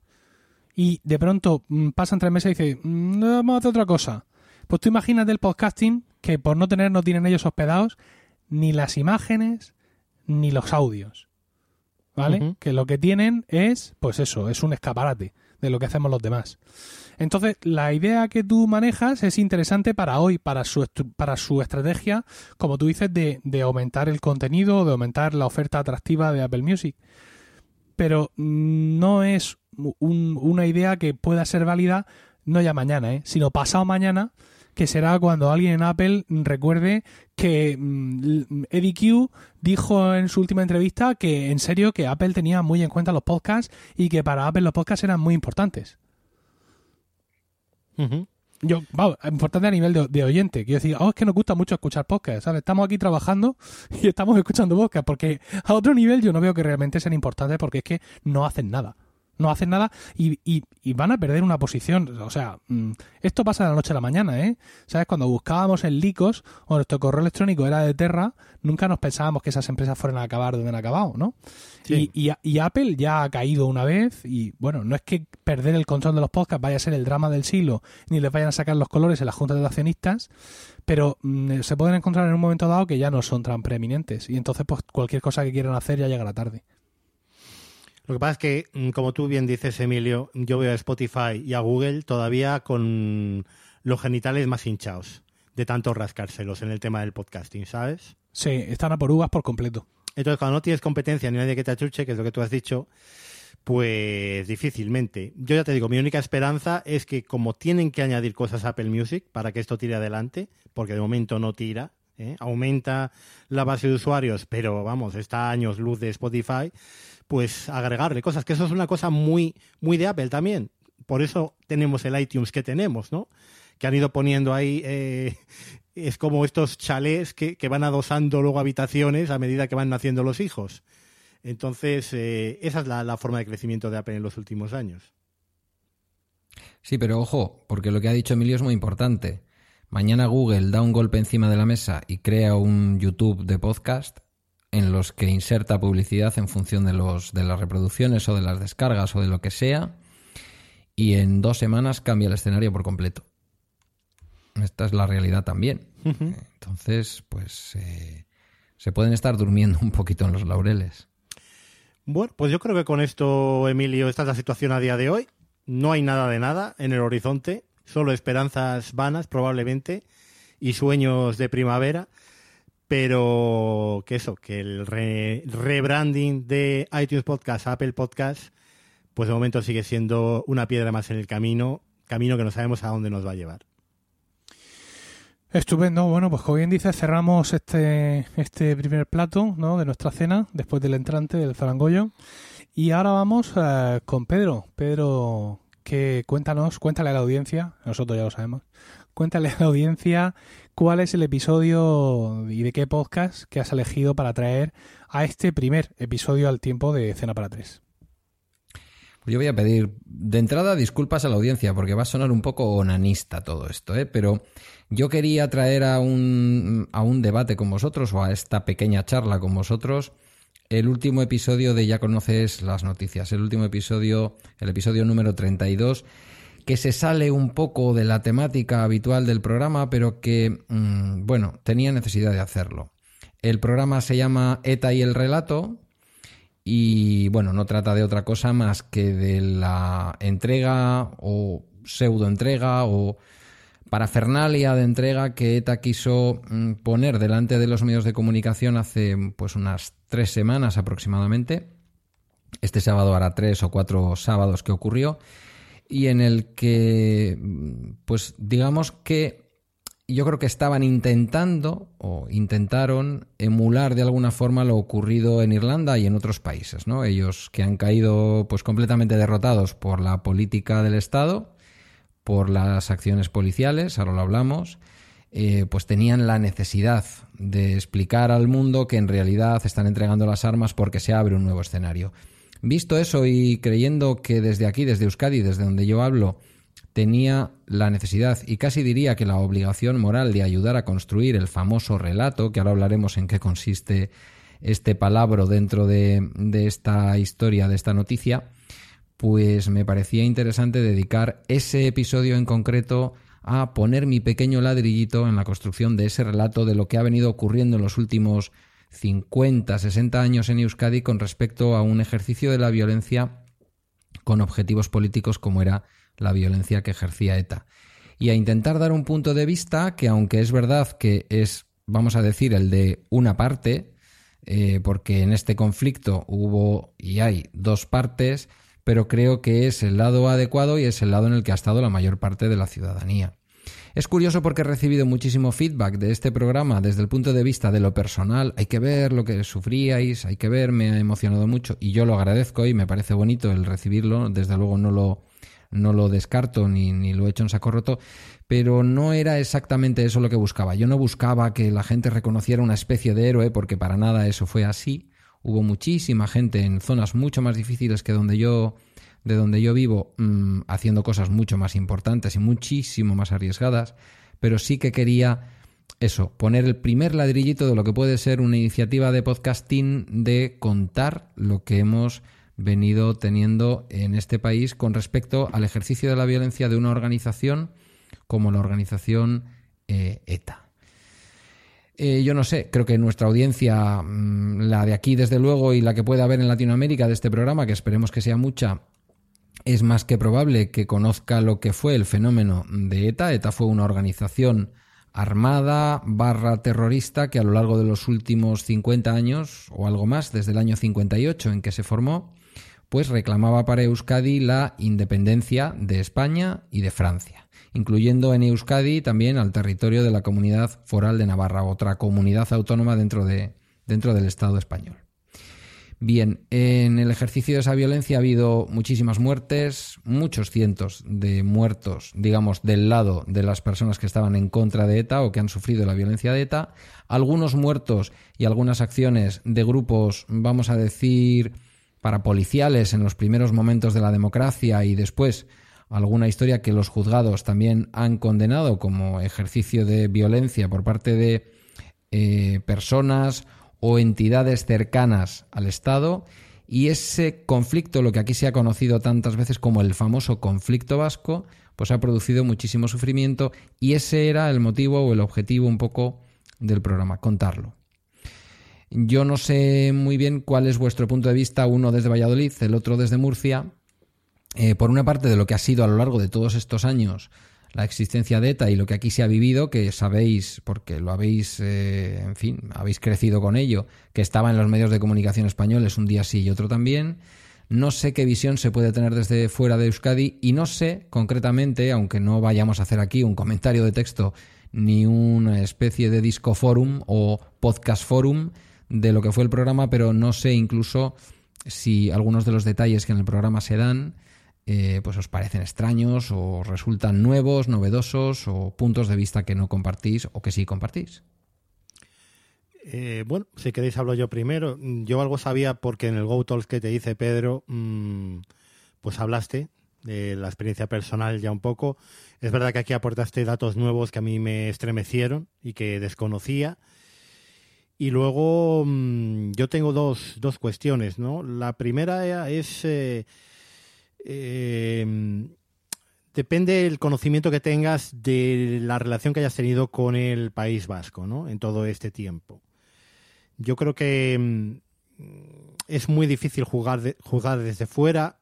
[SPEAKER 5] y de pronto mmm, pasan tres meses y dicen, mmm, vamos a hacer otra cosa. Pues tú imagínate el podcasting, que por no tener, no tienen ellos hospedados ni las imágenes ni los audios, ¿vale? Uh-huh. Que lo que tienen es, pues eso, es un escaparate de lo que hacemos los demás. Entonces, la idea que tú manejas es interesante para hoy, para su, para su estrategia, como tú dices, de, de aumentar el contenido, de aumentar la oferta atractiva de Apple Music. pero no es un, una idea que pueda ser válida no ya mañana, ¿eh? sino pasado mañana, que será cuando alguien en Apple recuerde que mmm, Eddie Q dijo en su última entrevista que en serio que Apple tenía muy en cuenta los podcasts y que para Apple los podcasts eran muy importantes.
[SPEAKER 6] Uh-huh.
[SPEAKER 5] Yo, vamos, importante a nivel de, de oyente. Quiero decir, oh, es que nos gusta mucho escuchar podcasts, ¿sabes? Estamos aquí trabajando y estamos escuchando podcasts, porque a otro nivel yo no veo que realmente sean importantes, porque es que no hacen nada. No hacen nada y, y, y van a perder una posición. O sea, mmm, esto pasa de la noche a la mañana, ¿eh? ¿Sabes? Cuando buscábamos en Lycos o nuestro correo electrónico era de Terra, nunca nos pensábamos que esas empresas fueran a acabar donde han acabado, ¿no? Sí. Y, y, y Apple ya ha caído una vez y, bueno, no es que perder el control de los podcasts vaya a ser el drama del siglo ni les vayan a sacar los colores en las juntas de accionistas, pero mmm, se pueden encontrar en un momento dado que ya no son tan preeminentes y entonces pues cualquier cosa que quieran hacer ya llegará tarde.
[SPEAKER 6] Lo que pasa es que, como tú bien dices, Emilio, yo veo a Spotify y a Google todavía con los genitales más hinchados de tanto rascárselos en el tema del podcasting, ¿sabes?
[SPEAKER 5] Sí, están a por uvas por completo.
[SPEAKER 6] Entonces, cuando no tienes competencia ni nadie que te achuche, que es lo que tú has dicho, pues difícilmente. Yo ya te digo, mi única esperanza es que como tienen que añadir cosas a Apple Music para que esto tire adelante, porque de momento no tira, ¿eh? Aumenta la base de usuarios, pero vamos, está a años luz de Spotify, pues agregarle cosas, que eso es una cosa muy, muy de Apple también. Por eso tenemos el iTunes que tenemos, ¿no? Que han ido poniendo ahí, eh, es como estos chalés que, que van adosando luego habitaciones a medida que van naciendo los hijos. Entonces, eh, esa es la, la forma de crecimiento de Apple en los últimos años.
[SPEAKER 7] Sí, pero ojo, porque lo que ha dicho Emilio es muy importante. Mañana Google da un golpe encima de la mesa y crea un YouTube de podcast en los que inserta publicidad en función de los de las reproducciones o de las descargas o de lo que sea, y en dos semanas cambia el escenario por completo. Esta es la realidad también. Uh-huh. Entonces, pues eh, se pueden estar durmiendo un poquito en los laureles.
[SPEAKER 6] Bueno, pues yo creo que con esto, Emilio, esta es la situación a día de hoy. No hay nada de nada en el horizonte, solo esperanzas vanas probablemente y sueños de primavera. Pero que eso, que el re, rebranding de iTunes Podcast a Apple Podcast, pues de momento sigue siendo una piedra más en el camino, camino que no sabemos a dónde nos va a llevar.
[SPEAKER 5] Estupendo. Bueno, pues como bien dices, cerramos este este primer plato, ¿no?, de nuestra cena, después del entrante del zarangollo. Y ahora vamos uh, con Pedro. Pedro, que cuéntanos, cuéntale a la audiencia, nosotros ya lo sabemos, cuéntale a la audiencia cuál es el episodio y de qué podcast que has elegido para traer a este primer episodio al tiempo de Cena para Tres.
[SPEAKER 7] Pues yo voy a pedir de entrada disculpas a la audiencia porque va a sonar un poco onanista todo esto, ¿eh? Pero yo quería traer a un, a un debate con vosotros o a esta pequeña charla con vosotros el último episodio de Ya conoces las noticias, el último episodio, el episodio número treinta y dos, que se sale un poco de la temática habitual del programa, pero que, mmm, bueno, tenía necesidad de hacerlo. El programa se llama ETA y el relato y, bueno, no trata de otra cosa más que de la entrega o pseudoentrega o parafernalia de entrega que ETA quiso mmm, poner delante de los medios de comunicación hace pues unas tres semanas aproximadamente. Este sábado hará tres o cuatro sábados que ocurrió. Y en el que, pues digamos que yo creo que estaban intentando o intentaron emular de alguna forma lo ocurrido en Irlanda y en otros países, ¿no? Ellos que han caído pues completamente derrotados por la política del Estado, por las acciones policiales, ahora lo hablamos, eh, pues tenían la necesidad de explicar al mundo que en realidad están entregando las armas porque se abre un nuevo escenario. Visto eso y creyendo que desde aquí, desde Euskadi, desde donde yo hablo, tenía la necesidad y casi diría que la obligación moral de ayudar a construir el famoso relato, que ahora hablaremos en qué consiste este palabro dentro de, de esta historia, de esta noticia, pues me parecía interesante dedicar ese episodio en concreto a poner mi pequeño ladrillito en la construcción de ese relato de lo que ha venido ocurriendo en los últimos cincuenta, sesenta años en Euskadi con respecto a un ejercicio de la violencia con objetivos políticos como era la violencia que ejercía ETA. Y a intentar dar un punto de vista que, aunque es verdad que es, vamos a decir, el de una parte, eh, porque en este conflicto hubo y hay dos partes, pero creo que es el lado adecuado y es el lado en el que ha estado la mayor parte de la ciudadanía. Es curioso porque he recibido muchísimo feedback de este programa desde el punto de vista de lo personal. Hay que ver lo que sufríais, hay que ver, me ha emocionado mucho y yo lo agradezco y me parece bonito el recibirlo. Desde luego no lo, no lo descarto ni, ni lo he hecho en saco roto, pero no era exactamente eso lo que buscaba. Yo no buscaba que la gente reconociera una especie de héroe porque para nada eso fue así. Hubo muchísima gente en zonas mucho más difíciles que donde yo... de donde yo vivo, mmm, haciendo cosas mucho más importantes y muchísimo más arriesgadas, pero sí que quería eso, poner el primer ladrillito de lo que puede ser una iniciativa de podcasting de contar lo que hemos venido teniendo en este país con respecto al ejercicio de la violencia de una organización como la organización eh, ETA. Eh, yo no sé, creo que nuestra audiencia, mmm, la de aquí desde luego y la que pueda haber en Latinoamérica de este programa, que esperemos que sea mucha, es más que probable que conozca lo que fue el fenómeno de ETA. ETA fue una organización armada barra terrorista que a lo largo de los últimos cincuenta años o algo más, desde el año cincuenta y ocho en que se formó, pues reclamaba para Euskadi la independencia de España y de Francia, incluyendo en Euskadi también al territorio de la Comunidad Foral de Navarra, otra comunidad autónoma dentro de, dentro del Estado español. Bien, en el ejercicio de esa violencia ha habido muchísimas muertes, muchos cientos de muertos, digamos, del lado de las personas que estaban en contra de ETA o que han sufrido la violencia de ETA, algunos muertos y algunas acciones de grupos, vamos a decir, parapoliciales en los primeros momentos de la democracia y después alguna historia que los juzgados también han condenado como ejercicio de violencia por parte de eh, personas o entidades cercanas al Estado, y ese conflicto, lo que aquí se ha conocido tantas veces como el famoso conflicto vasco, pues ha producido muchísimo sufrimiento y ese era el motivo o el objetivo un poco del programa, contarlo. Yo no sé muy bien cuál es vuestro punto de vista, uno desde Valladolid, el otro desde Murcia, eh, por una parte de lo que ha sido a lo largo de todos estos años la existencia de ETA y lo que aquí se ha vivido, que sabéis, porque lo habéis, eh, en fin, habéis crecido con ello, que estaba en los medios de comunicación españoles un día sí y otro también. No sé qué visión se puede tener desde fuera de Euskadi y no sé concretamente, aunque no vayamos a hacer aquí un comentario de texto ni una especie de disco forum o podcast forum de lo que fue el programa, pero no sé incluso si algunos de los detalles que en el programa se dan Eh, pues os parecen extraños o resultan nuevos, novedosos o puntos de vista que no compartís o que sí compartís.
[SPEAKER 6] Eh, bueno, si queréis hablo yo primero. Yo algo sabía porque en el Go Talks que te dice Pedro, mmm, pues hablaste de la experiencia personal ya un poco. Es verdad que aquí aportaste datos nuevos que a mí me estremecieron y que desconocía. Y luego mmm, yo tengo dos, dos cuestiones, ¿no? La primera es... Eh, Eh, depende del conocimiento que tengas de la relación que hayas tenido con el País Vasco, ¿no? En todo este tiempo. Yo creo que mm, es muy difícil jugar, de, jugar desde fuera.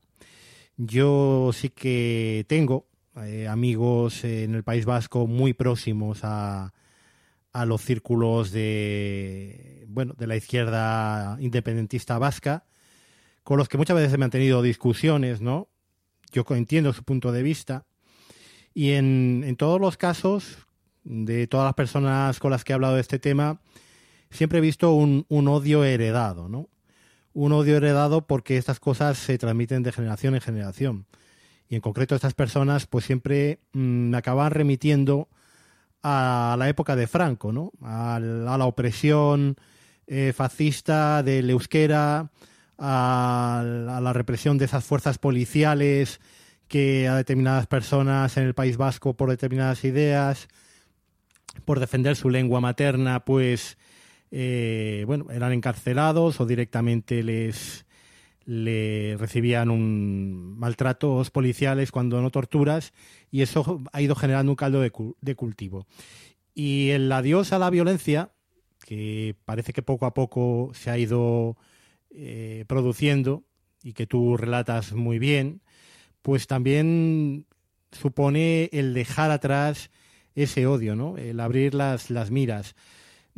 [SPEAKER 6] Yo sí que tengo eh, amigos en el País Vasco muy próximos a, a los círculos de, bueno, de la izquierda independentista vasca, con los que muchas veces me han tenido discusiones, ¿no? Yo entiendo su punto de vista. Y en, en todos los casos, de todas las personas con las que he hablado de este tema, siempre he visto un, un odio heredado, ¿no? Un odio heredado porque estas cosas se transmiten de generación en generación. Y en concreto estas personas pues siempre mmm, me acaban remitiendo a la época de Franco, ¿no? A, a la opresión eh, fascista del euskera, a la represión de esas fuerzas policiales que a determinadas personas en el País Vasco por determinadas ideas, por defender su lengua materna, pues eh, bueno, eran encarcelados o directamente les, les recibían un maltratos policiales cuando no torturas, y eso ha ido generando un caldo de, cu- de cultivo. Y el adiós a la violencia, que parece que poco a poco se ha ido Eh, produciendo y que tú relatas muy bien, pues también supone el dejar atrás ese odio, ¿no? El abrir las, las miras.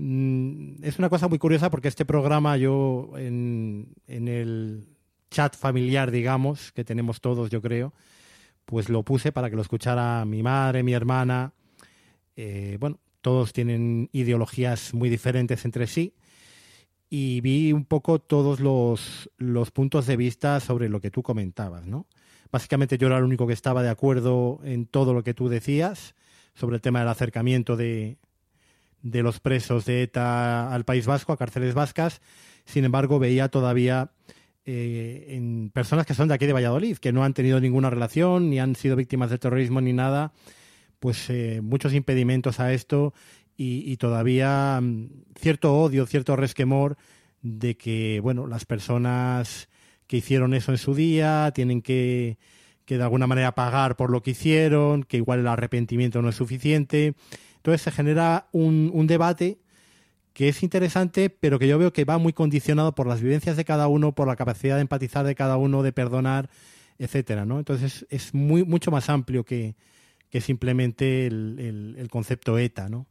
[SPEAKER 6] Mm, es una cosa muy curiosa porque este programa yo en, en el chat familiar, digamos, que tenemos todos, yo creo, pues lo puse para que lo escuchara mi madre, mi hermana. Eh, bueno, todos tienen ideologías muy diferentes entre sí y vi un poco todos los, los puntos de vista sobre lo que tú comentabas, ¿no? Básicamente yo era el único que estaba de acuerdo en todo lo que tú decías sobre el tema del acercamiento de, de los presos de ETA al País Vasco, a cárceles vascas. Sin embargo, veía todavía eh, en personas que son de aquí de Valladolid, que no han tenido ninguna relación, ni han sido víctimas de terrorismo ni nada, pues eh, muchos impedimentos a esto y, y todavía um, cierto odio, cierto resquemor de que, bueno, las personas que hicieron eso en su día tienen que, que de alguna manera pagar por lo que hicieron, que igual el arrepentimiento no es suficiente. Entonces se genera un, un debate que es interesante, pero que yo veo que va muy condicionado por las vivencias de cada uno, por la capacidad de empatizar de cada uno, de perdonar, etcétera, ¿no? Entonces es, es muy mucho más amplio que, que simplemente el, el, el concepto ETA, ¿no?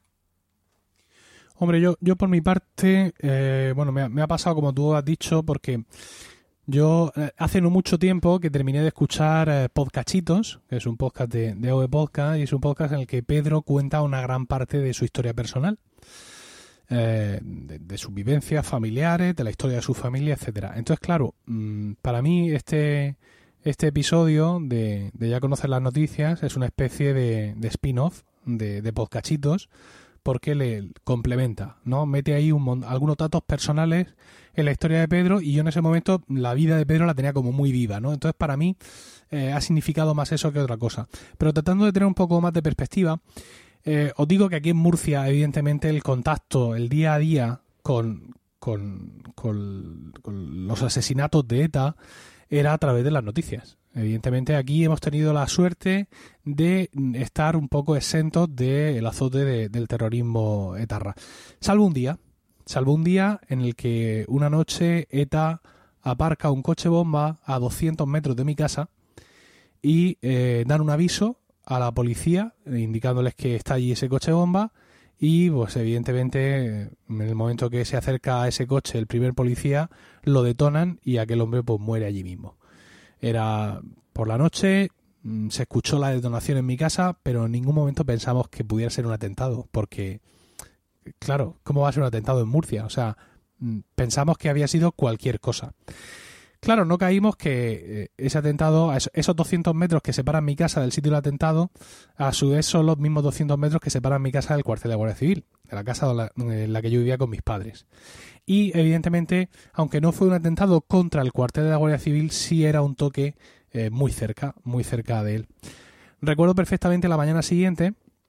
[SPEAKER 5] Hombre, yo, yo por mi parte, eh, bueno, me ha, me ha pasado como tú has dicho, porque yo eh, hace no mucho tiempo que terminé de escuchar eh, Podcachitos, que es un podcast de, de A V Podcast, y es un podcast en el que Pedro cuenta una gran parte de su historia personal, eh, de, de sus vivencias familiares, de la historia de su familia, etcétera. Entonces, claro, mmm, para mí este este episodio de, de Ya Conocer las Noticias es una especie de, de spin-off de, de Podcachitos, porque le complementa, ¿no? Mete ahí un, algunos datos personales en la historia de Pedro, y yo en ese momento la vida de Pedro la tenía como muy viva, ¿no? Entonces para mí eh, ha significado más eso que otra cosa. Pero tratando de tener un poco más de perspectiva, eh, os digo que aquí en Murcia, evidentemente, el contacto, el día a día con, con, con, con los asesinatos de ETA era a través de las noticias. Evidentemente aquí hemos tenido la suerte de estar un poco exentos del azote de, del terrorismo etarra. Salvo un día, salvo un día en el que una noche ETA aparca un coche bomba a doscientos metros de mi casa y eh, dan un aviso a la policía indicándoles que está allí ese coche bomba, y pues evidentemente en el momento que se acerca a ese coche el primer policía lo detonan y aquel hombre pues muere allí mismo. Era por la noche, se escuchó la detonación en mi casa, pero en ningún momento pensamos que pudiera ser un atentado, porque, claro, ¿cómo va a ser un atentado en Murcia? O sea, pensamos que había sido cualquier cosa. Claro, no caímos que ese atentado, esos doscientos metros que separan mi casa del sitio del atentado, a su vez son los mismos doscientos metros que separan mi casa del cuartel de Guardia Civil, de la casa en la que yo vivía con mis padres. Y evidentemente, aunque no fue un atentado contra el cuartel de la Guardia Civil, sí era un toque eh, muy cerca, muy cerca de él. Recuerdo perfectamente la mañana siguiente,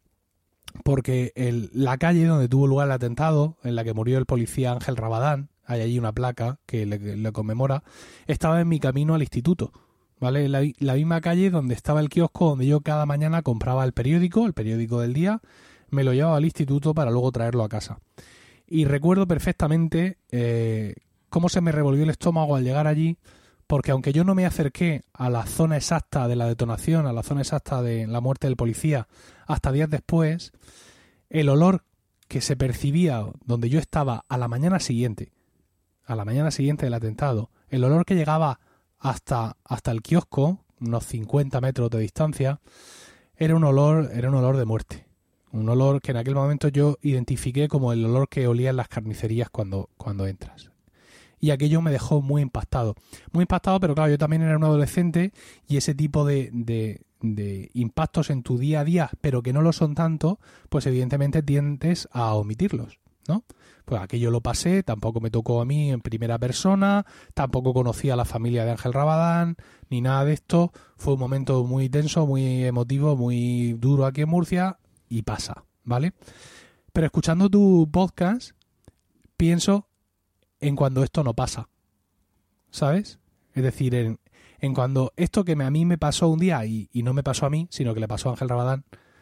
[SPEAKER 5] porque el, la calle donde tuvo lugar el atentado, en la que murió el policía Ángel Rabadán, hay allí una placa que le, le conmemora, estaba en mi camino al instituto, ¿vale? La, la misma calle donde estaba el kiosco donde yo cada mañana compraba el periódico, el periódico del día, me lo llevaba al instituto para luego traerlo a casa. Y recuerdo perfectamente eh, cómo se me revolvió el estómago al llegar allí, porque aunque yo no me acerqué a la zona exacta de la detonación, a la zona exacta de la muerte del policía, hasta días después, el olor que se percibía donde yo estaba a la mañana siguiente, a la mañana siguiente del atentado, el olor que llegaba hasta, hasta el kiosco, unos cincuenta metros de distancia, era un olor, era un olor de muerte. Un olor que en aquel momento yo identifiqué como el olor que olía en las carnicerías cuando, cuando entras. Y aquello me dejó muy impactado. Muy impactado, pero claro, yo también era un adolescente y ese tipo de, de, de impactos en tu día a día, pero que no lo son tanto, pues evidentemente tiendes a omitirlos, ¿no? Pues aquello lo pasé, tampoco me tocó a mí en primera persona, tampoco conocía a la familia de Ángel Rabadán, ni nada de esto. Fue un momento muy tenso, muy emotivo, muy duro aquí en Murcia, y pasa, ¿vale? Pero escuchando tu podcast, pienso en cuando esto no pasa, ¿sabes? Es decir, en, en cuando esto que a mí me pasó un día, y, y no me pasó a mí, sino que le pasó a Ángel Rabadán,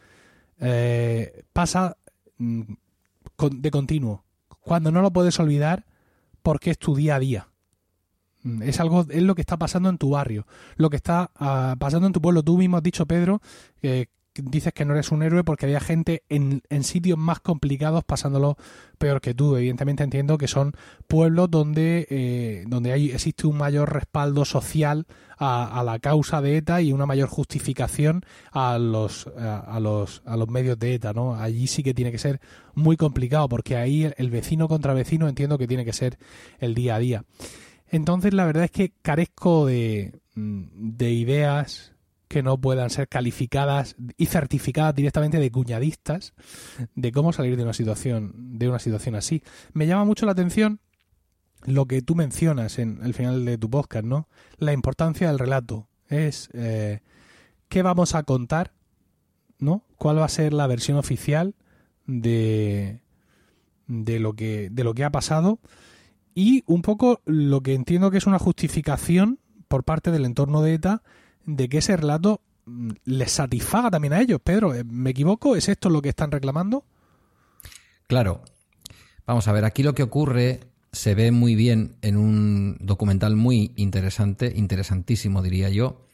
[SPEAKER 5] eh, pasa mm, con, de continuo. Cuando no lo puedes olvidar porque es tu día a día. Es algo, es lo que está pasando en tu barrio, lo que está uh, pasando en tu pueblo. Tú mismo has dicho, Pedro, que, dices que no eres un héroe porque había gente en, en sitios más complicados pasándolo peor que tú. Evidentemente entiendo que son pueblos donde, eh, donde hay, existe un mayor respaldo social a, a la causa de ETA y una mayor justificación a los, a, a los, a los medios de ETA, ¿no? Allí sí que tiene que ser muy complicado porque ahí el, el vecino contra vecino entiendo que tiene que ser el día a día. Entonces la verdad es que carezco de, de ideas que no puedan ser calificadas y certificadas directamente de cuñadistas de cómo salir de una situación de una situación así. Me llama mucho la atención lo que tú mencionas en el final de tu podcast, ¿no? La importancia del relato. Es eh, qué vamos a contar, ¿no? ¿Cuál va a ser la versión oficial de, de lo que de lo que ha pasado? Y un poco lo que entiendo que es una justificación por parte del entorno de ETA de que ese relato les satisfaga también a ellos. Pedro, ¿me equivoco? ¿Es esto lo que están reclamando?
[SPEAKER 7] Claro. Vamos a ver, aquí lo que ocurre se ve muy bien en un documental muy interesante, interesantísimo diría yo,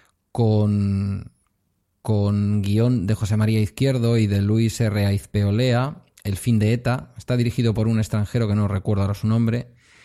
[SPEAKER 7] con, con guión de José María Izquierdo y de Luis R. Aizpeolea, El fin de ETA. Está dirigido por un extranjero que no recuerdo ahora su nombre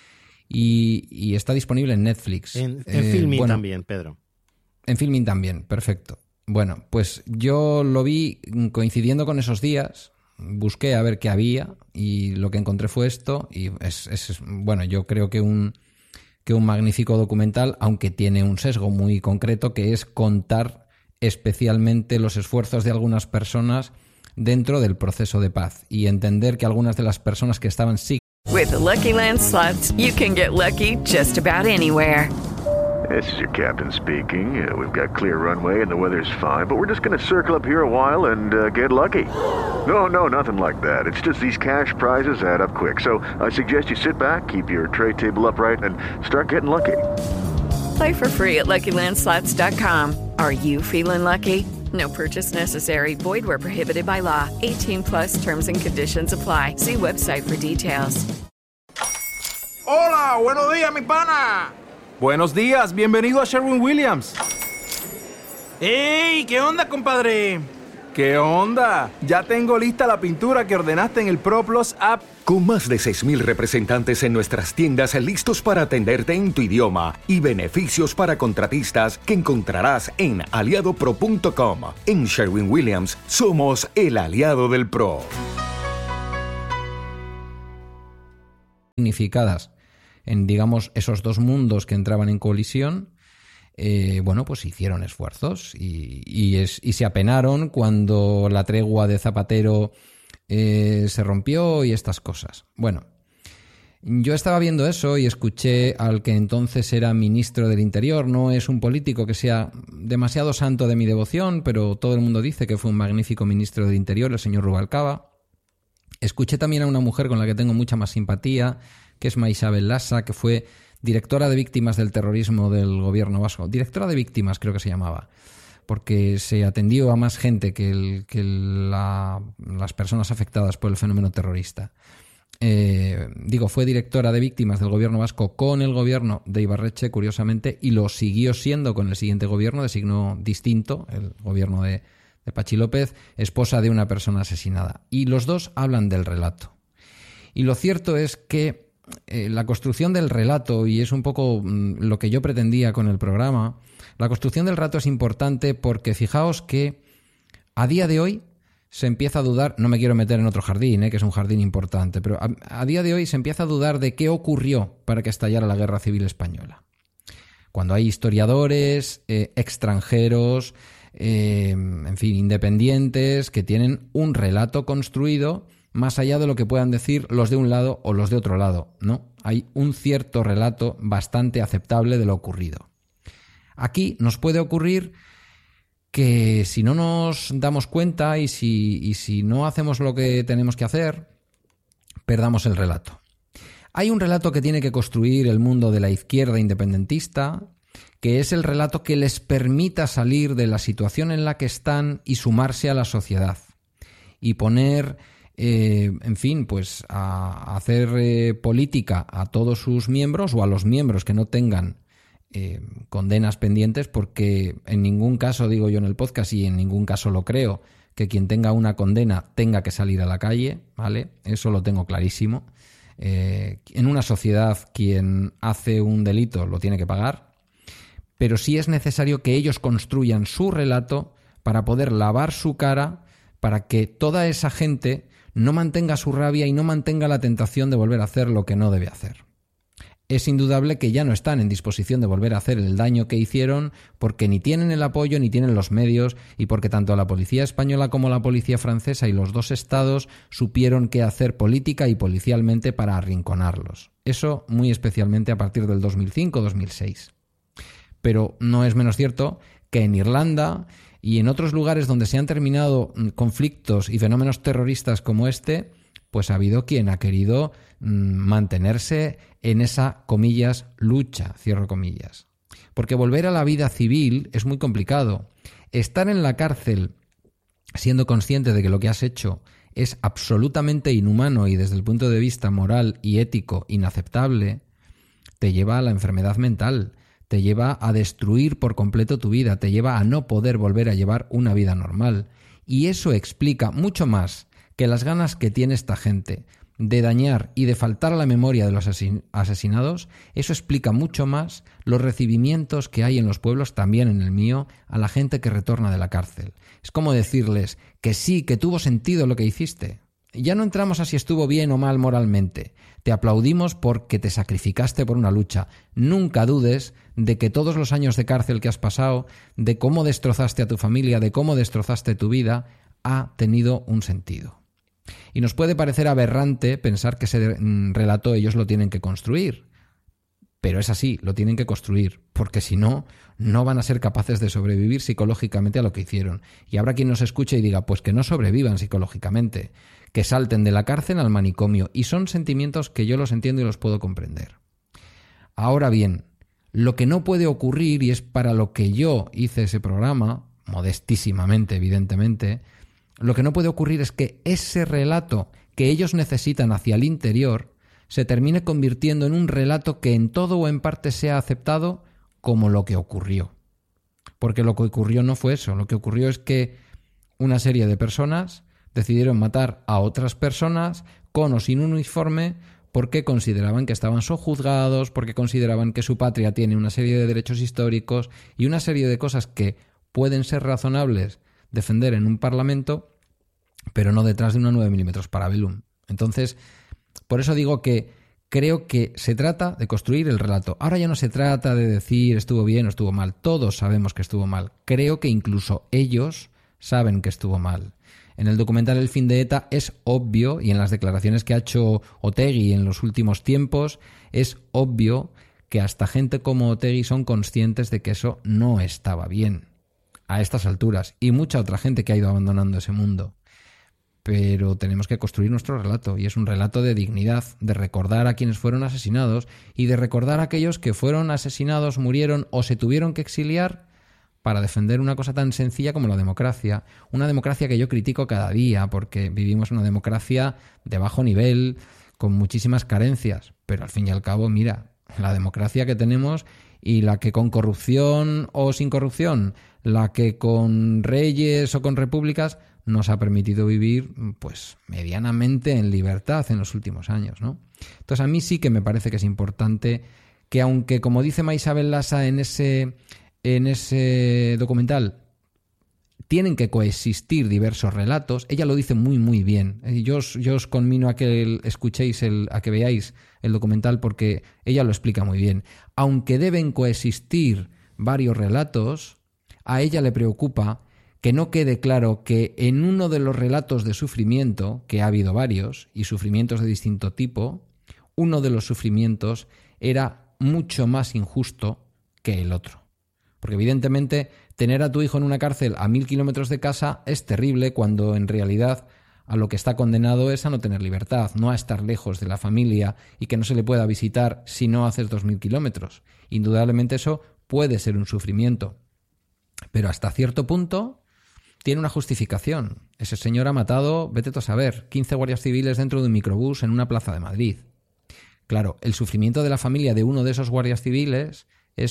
[SPEAKER 7] y, y está disponible en Netflix.
[SPEAKER 6] En, en
[SPEAKER 7] eh,
[SPEAKER 6] Filmin
[SPEAKER 7] bueno,
[SPEAKER 6] también, Pedro.
[SPEAKER 7] En Filmin también, perfecto. Bueno, pues yo lo vi coincidiendo con esos días, busqué a ver qué había y lo que encontré fue esto y es, es bueno, yo creo que un, que un magnífico documental, aunque tiene un sesgo muy concreto que es contar especialmente los esfuerzos de algunas personas dentro del proceso de paz y entender que algunas de las personas que estaban sí.
[SPEAKER 10] With the Lucky Land Slots, you can get lucky just about anywhere.
[SPEAKER 11] This is your captain speaking. Uh, we've got clear runway and the weather's fine, but we're just going to circle up here a while and uh, get lucky. No, no, nothing like that. It's just these cash prizes add up quick. So I suggest you sit back, keep your tray table upright, and start getting lucky.
[SPEAKER 10] Play for free at Lucky Land Slots dot com. Are you feeling lucky? No purchase necessary. Void where prohibited by law. eighteen plus terms and conditions apply. See website for details.
[SPEAKER 12] Hola, buenos días, mi pana.
[SPEAKER 13] Buenos días, bienvenido a Sherwin-Williams.
[SPEAKER 12] ¡Ey! ¿Qué onda, compadre?
[SPEAKER 13] ¿Qué onda? Ya tengo lista la pintura que ordenaste en el ProPlus app.
[SPEAKER 14] Con más de seis mil representantes en nuestras tiendas listos para atenderte en tu idioma y beneficios para contratistas que encontrarás en aliado pro punto com. En Sherwin-Williams somos el aliado del pro.
[SPEAKER 7] Significadas en, digamos, esos dos mundos que entraban en colisión, eh, bueno, pues hicieron esfuerzos y, y, es, y se apenaron cuando la tregua de Zapatero eh, se rompió y estas cosas. Bueno, yo estaba viendo eso y escuché al que entonces era ministro del Interior. No es un político que sea demasiado santo de mi devoción, pero todo el mundo dice que fue un magnífico ministro del Interior, el señor Rubalcaba. Escuché también a una mujer con la que tengo mucha más simpatía, que es Maisabel Lassa, que fue directora de víctimas del terrorismo del gobierno vasco. Directora de víctimas creo que se llamaba, porque se atendió a más gente que, el, que la, las personas afectadas por el fenómeno terrorista. Eh, digo, fue directora de víctimas del gobierno vasco con el gobierno de Ibarretxe, curiosamente, y lo siguió siendo con el siguiente gobierno de signo distinto, el gobierno de, de Patxi López, esposa de una persona asesinada. Y los dos hablan del relato. Y lo cierto es que Eh, la construcción del relato, y es un poco mm, lo que yo pretendía con el programa, la construcción del relato es importante porque fijaos que a día de hoy se empieza a dudar, no me quiero meter en otro jardín, eh, que es un jardín importante, pero a, a día de hoy se empieza a dudar de qué ocurrió para que estallara la Guerra Civil Española. Cuando hay historiadores, eh, extranjeros, eh, en fin, independientes, que tienen un relato construido más allá de lo que puedan decir los de un lado o los de otro lado, ¿no? Hay un cierto relato bastante aceptable de lo ocurrido. Aquí nos puede ocurrir que si no nos damos cuenta y si, y si no hacemos lo que tenemos que hacer, perdamos el relato. Hay un relato que tiene que construir el mundo de la izquierda independentista, que es el relato que les permita salir de la situación en la que están y sumarse a la sociedad y poner... Eh, en fin, pues a, a hacer eh, política a todos sus miembros o a los miembros que no tengan eh, condenas pendientes, porque en ningún caso, digo yo en el podcast, y en ningún caso lo creo, que quien tenga una condena tenga que salir a la calle, ¿vale? Eso lo tengo clarísimo. Eh, en una sociedad, quien hace un delito lo tiene que pagar, pero sí es necesario que ellos construyan su relato para poder lavar su cara, para que toda esa gente no mantenga su rabia y no mantenga la tentación de volver a hacer lo que no debe hacer. Es indudable que ya no están en disposición de volver a hacer el daño que hicieron, porque ni tienen el apoyo ni tienen los medios, y porque tanto la policía española como la policía francesa y los dos estados supieron qué hacer política y policialmente para arrinconarlos. Eso muy especialmente a partir del dos mil cinco dos mil seis. Pero no es menos cierto que en Irlanda y en otros lugares donde se han terminado conflictos y fenómenos terroristas como este, pues ha habido quien ha querido mmm, mantenerse en esa, comillas, lucha, cierro comillas. Porque volver a la vida civil es muy complicado. Estar en la cárcel siendo consciente de que lo que has hecho es absolutamente inhumano y desde el punto de vista moral y ético inaceptable, te lleva a la enfermedad mental, te lleva a destruir por completo tu vida, te lleva a no poder volver a llevar una vida normal. Y eso explica mucho más que las ganas que tiene esta gente de dañar y de faltar a la memoria de los asesin- asesinados, eso explica mucho más los recibimientos que hay en los pueblos, también en el mío, a la gente que retorna de la cárcel. Es como decirles que sí, que tuvo sentido lo que hiciste. Ya no entramos a si estuvo bien o mal moralmente. Te aplaudimos porque te sacrificaste por una lucha. Nunca dudes de que todos los años de cárcel que has pasado, de cómo destrozaste a tu familia, de cómo destrozaste tu vida, ha tenido un sentido. Y nos puede parecer aberrante pensar que ese relato ellos lo tienen que construir. Pero es así, lo tienen que construir, porque si no, no van a ser capaces de sobrevivir psicológicamente a lo que hicieron. Y habrá quien nos escuche y diga, pues que no sobrevivan psicológicamente, que salten de la cárcel al manicomio. Y son sentimientos que yo los entiendo y los puedo comprender. Ahora bien, lo que no puede ocurrir, y es para lo que yo hice ese programa, modestísimamente, evidentemente, lo que no puede ocurrir es que ese relato que ellos necesitan hacia el interior se termine convirtiendo en un relato que en todo o en parte sea aceptado como lo que ocurrió. Porque lo que ocurrió no fue eso. Lo que ocurrió es que una serie de personas decidieron matar a otras personas con o sin un uniforme porque consideraban que estaban sojuzgados, porque consideraban que su patria tiene una serie de derechos históricos y una serie de cosas que pueden ser razonables defender en un parlamento, pero no detrás de una nueve milímetros Parabellum. Entonces, por eso digo que creo que se trata de construir el relato. Ahora ya no se trata de decir estuvo bien o estuvo mal. Todos sabemos que estuvo mal. Creo que incluso ellos saben que estuvo mal. En el documental El fin de ETA es obvio, y en las declaraciones que ha hecho Otegi en los últimos tiempos, es obvio que hasta gente como Otegi son conscientes de que eso no estaba bien a estas alturas, y mucha otra gente que ha ido abandonando ese mundo. Pero tenemos que construir nuestro relato, y es un relato de dignidad, de recordar a quienes fueron asesinados y de recordar a aquellos que fueron asesinados, murieron o se tuvieron que exiliar para defender una cosa tan sencilla como la democracia. Una democracia que yo critico cada día porque vivimos una democracia de bajo nivel, con muchísimas carencias, pero al fin y al cabo, mira, la democracia que tenemos y la que con corrupción o sin corrupción, la que con reyes o con repúblicas nos ha permitido vivir pues medianamente en libertad en los últimos años, ¿no? Entonces a mí sí que me parece que es importante que, aunque como dice Maisabel Lasa en ese, en ese documental, tienen que coexistir diversos relatos, ella lo dice muy muy bien. Yo os, yo os conmino a que escuchéis, el, a que veáis el documental porque ella lo explica muy bien. Aunque deben coexistir varios relatos, a ella le preocupa que no quede claro que en uno de los relatos de sufrimiento, que ha habido varios, y sufrimientos de distinto tipo, uno de los sufrimientos era mucho más injusto que el otro. Porque evidentemente tener a tu hijo en una cárcel a mil kilómetros de casa es terrible, cuando en realidad a lo que está condenado es a no tener libertad, no a estar lejos de la familia y que no se le pueda visitar si no haces dos mil kilómetros. Indudablemente eso puede ser un sufrimiento, pero hasta cierto punto tiene una justificación. Ese señor ha matado, vete tú a saber, quince guardias civiles dentro de un microbús en una plaza de Madrid. Claro, el sufrimiento de la familia de uno de esos guardias civiles es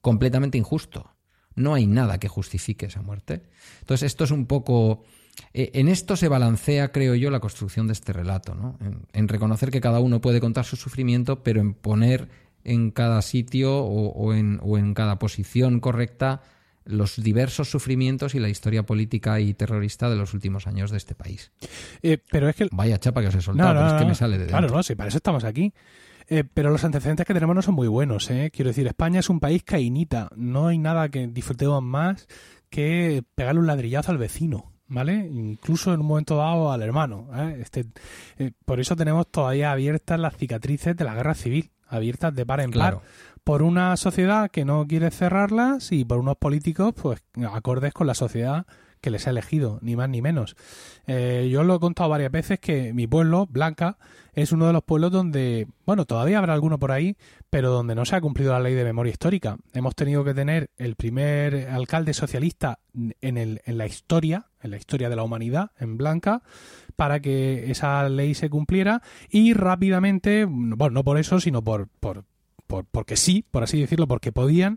[SPEAKER 7] completamente injusto. No hay nada que justifique esa muerte. Entonces, esto es un poco... Eh, en esto se balancea, creo yo, la construcción de este relato, ¿no? En, en reconocer que cada uno puede contar su sufrimiento, pero en poner en cada sitio o, o, en, o en cada posición correcta los diversos sufrimientos y la historia política y terrorista de los últimos años de este país.
[SPEAKER 5] Eh, pero es que...
[SPEAKER 7] Vaya chapa que os he soltado,
[SPEAKER 5] no, no,
[SPEAKER 7] pero es que
[SPEAKER 5] no,
[SPEAKER 7] me sale de dentro.
[SPEAKER 5] Claro, no, sí, para eso estamos aquí. Eh, pero los antecedentes que tenemos no son muy buenos, ¿eh? Quiero decir, España es un país cainita. No hay nada que disfrutemos más que pegarle un ladrillazo al vecino, ¿vale? Incluso en un momento dado al hermano, ¿eh? Este, eh, por eso tenemos todavía abiertas las cicatrices de la guerra civil, abiertas de par en
[SPEAKER 7] Claro.
[SPEAKER 5] par, por una sociedad que no quiere cerrarlas y por unos políticos pues acordes con la sociedad que les ha elegido, ni más ni menos. Eh, yo lo he contado varias veces que mi pueblo, Blanca, es uno de los pueblos donde, bueno, todavía habrá alguno por ahí, pero donde no se ha cumplido la ley de memoria histórica. Hemos tenido que tener el primer alcalde socialista en, el, en la historia, en la historia de la humanidad, en Blanca, para que esa ley se cumpliera y rápidamente, bueno, no por eso, sino por... por Por, porque sí, por así decirlo, porque podían,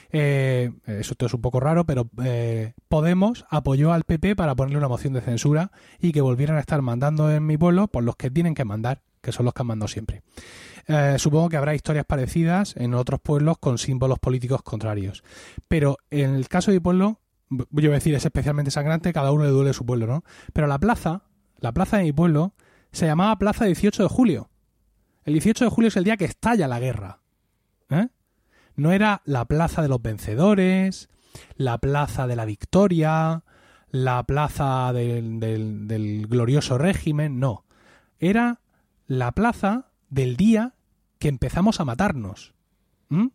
[SPEAKER 5] eh, eso es un poco raro, pero eh, Podemos apoyó al P P para ponerle una moción de censura y que volvieran a estar mandando en mi pueblo por los que tienen que mandar, que son los que han mandado siempre. Eh, supongo que habrá historias parecidas en otros pueblos con símbolos políticos contrarios. Pero en el caso de mi pueblo, yo voy a decir, es especialmente sangrante, cada uno le duele su pueblo, ¿no? Pero la plaza, la plaza de mi pueblo, se llamaba Plaza dieciocho de julio. El dieciocho de julio es el día que estalla la guerra. ¿Eh? No era la plaza de los vencedores, la plaza de la victoria, la plaza del, del, del glorioso régimen, no. Era la plaza del día que empezamos a matarnos. ¿Mm?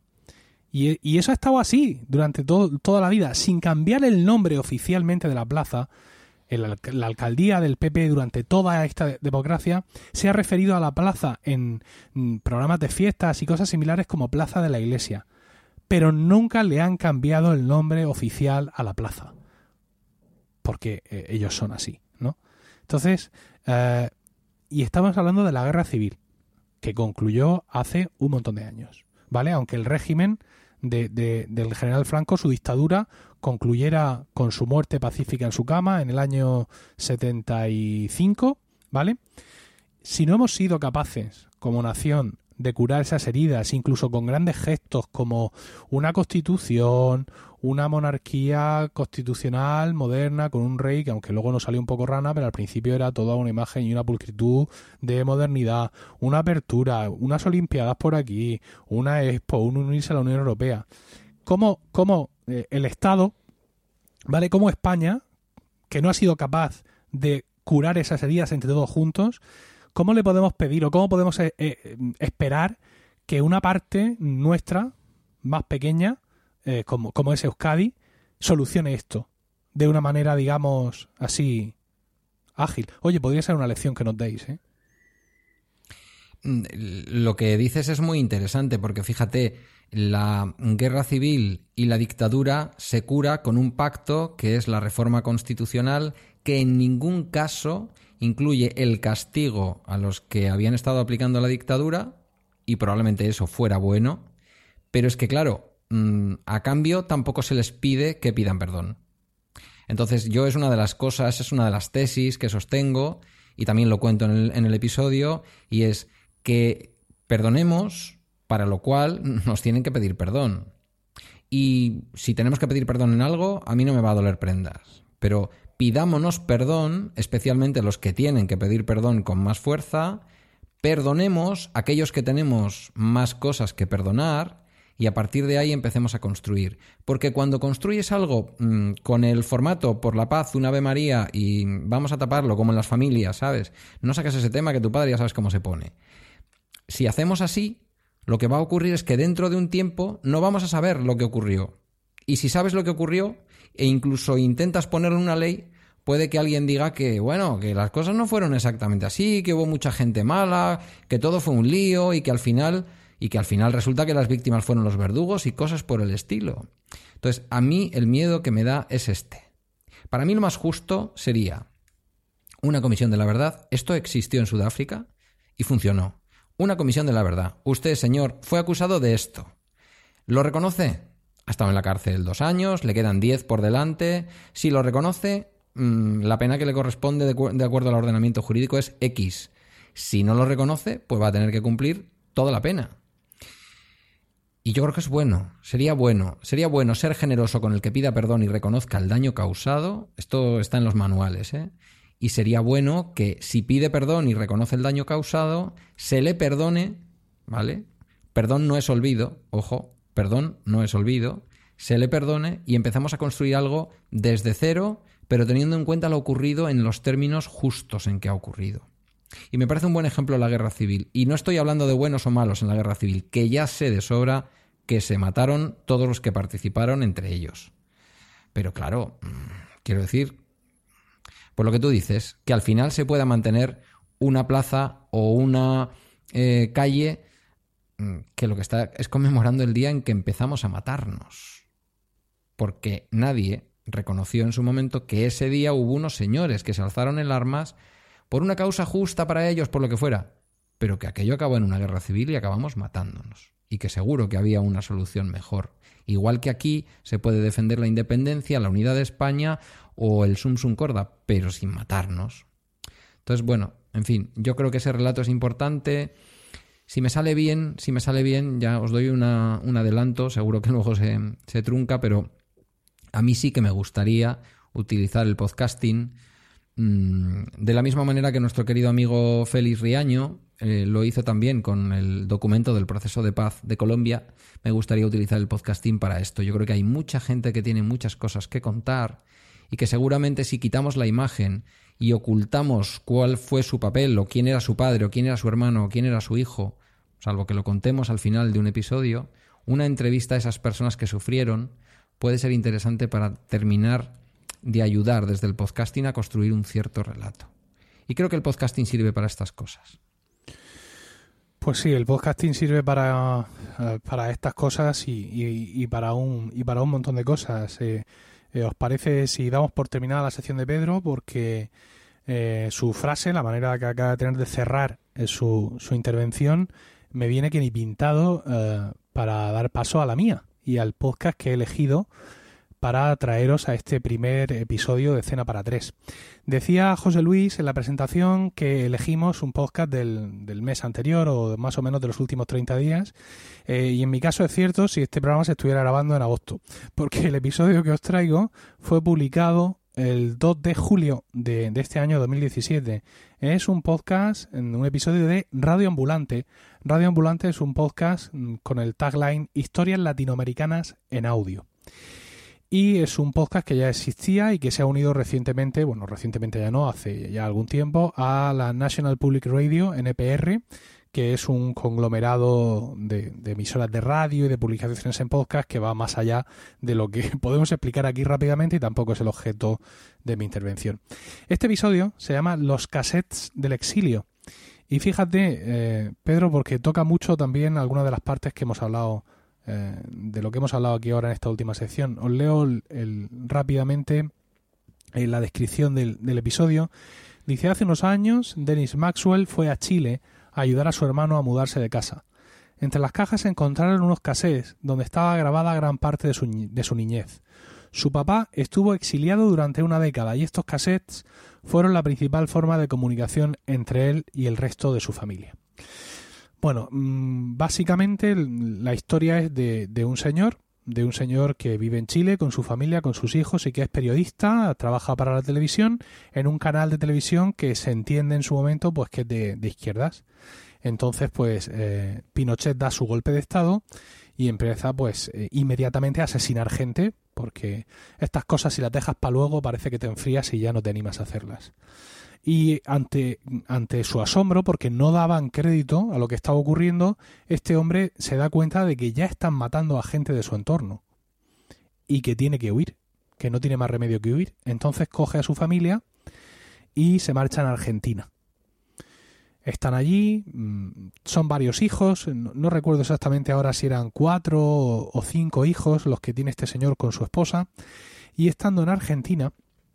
[SPEAKER 5] Y, y eso ha estado así durante todo, toda la vida, sin cambiar el nombre oficialmente de la plaza. El, la alcaldía del P P durante toda esta democracia se ha referido a la plaza en mm, programas de fiestas y cosas similares como Plaza de la Iglesia, pero nunca le han cambiado el nombre oficial a la plaza, porque eh, ellos son así, ¿no? Entonces, eh, y estamos hablando de la guerra civil, que concluyó hace un montón de años, ¿vale? Aunque el régimen de, de, del general Franco, su dictadura, concluyera con su muerte pacífica en su cama en el año setenta y cinco, ¿vale? Si no hemos sido capaces, como nación, de curar esas heridas, incluso con grandes gestos como una constitución, una monarquía constitucional moderna con un rey que, aunque luego nos salió un poco rana, pero al principio era toda una imagen y una pulcritud de modernidad, una apertura, unas olimpiadas por aquí, una expo, un unirse a la Unión Europea. ¿Cómo, cómo eh, el Estado, ¿vale? Como España, que no ha sido capaz de curar esas heridas entre todos juntos, ¿cómo le podemos pedir o cómo podemos eh, eh, esperar que una parte nuestra, más pequeña, eh, como, como es Euskadi, solucione esto de una manera, digamos, así ágil? Oye, podría ser una lección que nos deis, ¿eh?
[SPEAKER 7] Lo que dices es muy interesante porque, fíjate, la guerra civil y la dictadura se cura con un pacto que es la reforma constitucional, que en ningún caso incluye el castigo a los que habían estado aplicando la dictadura, y probablemente eso fuera bueno, pero es que, claro, a cambio tampoco se les pide que pidan perdón. Entonces yo es una de las cosas, es una de las tesis que sostengo, y también lo cuento en el, en el episodio, y es que perdonemos, para lo cual nos tienen que pedir perdón. Y si tenemos que pedir perdón en algo, a mí no me va a doler prendas, pero pidámonos perdón, especialmente los que tienen que pedir perdón con más fuerza, perdonemos a aquellos que tenemos más cosas que perdonar y a partir de ahí empecemos a construir. Porque cuando construyes algo mmm, con el formato por la paz, un Ave María y vamos a taparlo como en las familias, ¿sabes? No saques ese tema que tu padre ya sabes cómo se pone. Si hacemos así, lo que va a ocurrir es que dentro de un tiempo no vamos a saber lo que ocurrió. Y si sabes lo que ocurrió e incluso intentas ponerlo en una ley, puede que alguien diga que, bueno, que las cosas no fueron exactamente así, que hubo mucha gente mala, que todo fue un lío y que al final, y que al final resulta que las víctimas fueron los verdugos y cosas por el estilo. Entonces, a mí el miedo que me da es este. Para mí lo más justo sería una comisión de la verdad. Esto existió en Sudáfrica y funcionó. Una comisión de la verdad. Usted, señor, fue acusado de esto. ¿Lo reconoce? Ha estado en la cárcel dos años, le quedan diez por delante. Si lo reconoce, mmm, la pena que le corresponde de, de acuerdo al ordenamiento jurídico es X. Si no lo reconoce, pues va a tener que cumplir toda la pena. Y yo creo que es bueno, sería bueno, sería bueno ser generoso con el que pida perdón y reconozca el daño causado. Esto está en los manuales, ¿eh? Y sería bueno que si pide perdón y reconoce el daño causado, se le perdone, ¿vale? Perdón no es olvido, ojo, perdón no es olvido, se le perdone y empezamos a construir algo desde cero, pero teniendo en cuenta lo ocurrido en los términos justos en que ha ocurrido. Y me parece un buen ejemplo la guerra civil. Y no estoy hablando de buenos o malos en la guerra civil, que ya sé de sobra que se mataron todos los que participaron entre ellos. Pero claro, quiero decir, por lo que tú dices, que al final se pueda mantener una plaza o una eh, calle que lo que está es conmemorando el día en que empezamos a matarnos. Porque nadie reconoció en su momento que ese día hubo unos señores que se alzaron en armas por una causa justa para ellos, por lo que fuera, pero que aquello acabó en una guerra civil y acabamos matándonos. Y que seguro que había una solución mejor. Igual que aquí se puede defender la independencia, la unidad de España o el sum sum corda, pero sin matarnos. Entonces, bueno, en fin, yo creo que ese relato es importante. Si me sale bien, si me sale bien, ya os doy una, un adelanto, seguro que luego se, se trunca, pero a mí sí que me gustaría utilizar el podcasting mmm, de la misma manera que nuestro querido amigo Félix Riaño eh, lo hizo también con el documento del proceso de paz de Colombia. Me gustaría utilizar el podcasting para esto. Yo creo que hay mucha gente que tiene muchas cosas que contar y que seguramente si quitamos la imagen y ocultamos cuál fue su papel, o quién era su padre, o quién era su hermano, o quién era su hijo, salvo que lo contemos al final de un episodio, una entrevista a esas personas que sufrieron puede ser interesante para terminar de ayudar desde el podcasting a construir un cierto relato. Y creo que el podcasting sirve para estas cosas.
[SPEAKER 5] Pues sí, el podcasting sirve para, para estas cosas y, y, y, para un, y para un montón de cosas. Eh, eh, ¿Os parece si damos por terminada la sección de Pedro? Porque eh, su frase, la manera que acaba de tener de cerrar eh, su, su intervención, me viene que ni pintado eh, para dar paso a la mía y al podcast que he elegido para traeros a este primer episodio de Cena para Tres. Decía José Luis en la presentación que elegimos un podcast del, del mes anterior o más o menos de los últimos treinta días eh, y en mi caso es cierto si este programa se estuviera grabando en agosto, porque el episodio que os traigo fue publicado el dos de julio de, de este año dos mil diecisiete. Es un podcast, un episodio de Radio Ambulante. Radio Ambulante es un podcast con el tagline Historias latinoamericanas en audio. Y es un podcast que ya existía y que se ha unido recientemente, bueno, recientemente ya no, hace ya algún tiempo, a la National Public Radio, N P R, que es un conglomerado de, de emisoras de radio y de publicaciones en podcast que va más allá de lo que podemos explicar aquí rápidamente y tampoco es el objeto de mi intervención. Este episodio se llama Los cassettes del exilio. Y fíjate, eh, Pedro, porque toca mucho también algunas de las partes que hemos hablado Eh, de lo que hemos hablado aquí ahora en esta última sección. Os leo el, el, rápidamente en la descripción del, del episodio. Dice, hace unos años Dennis Maxwell fue a Chile a ayudar a su hermano a mudarse de casa. Entre las cajas se encontraron unos cassettes donde estaba grabada gran parte de su, de su niñez. Su papá estuvo exiliado durante una década y estos cassettes fueron la principal forma de comunicación entre él y el resto de su familia. Bueno, básicamente la historia es de, de un señor, de un señor que vive en Chile con su familia, con sus hijos y que es periodista, trabaja para la televisión, en un canal de televisión que se entiende en su momento pues que es de, de izquierdas. Entonces, pues eh, Pinochet da su golpe de estado y empieza pues eh, inmediatamente a asesinar gente, porque estas cosas si las dejas para luego parece que te enfrías y ya no te animas a hacerlas. Y ante, ante su asombro, porque no daban crédito a lo que estaba ocurriendo, este hombre se da cuenta de que ya están matando a gente de su entorno y que tiene que huir, que no tiene más remedio que huir. Entonces coge a su familia y se marchan a Argentina. Están allí, son varios hijos, no, no recuerdo exactamente ahora si eran cuatro o cinco hijos los que tiene este señor con su esposa, y estando en Argentina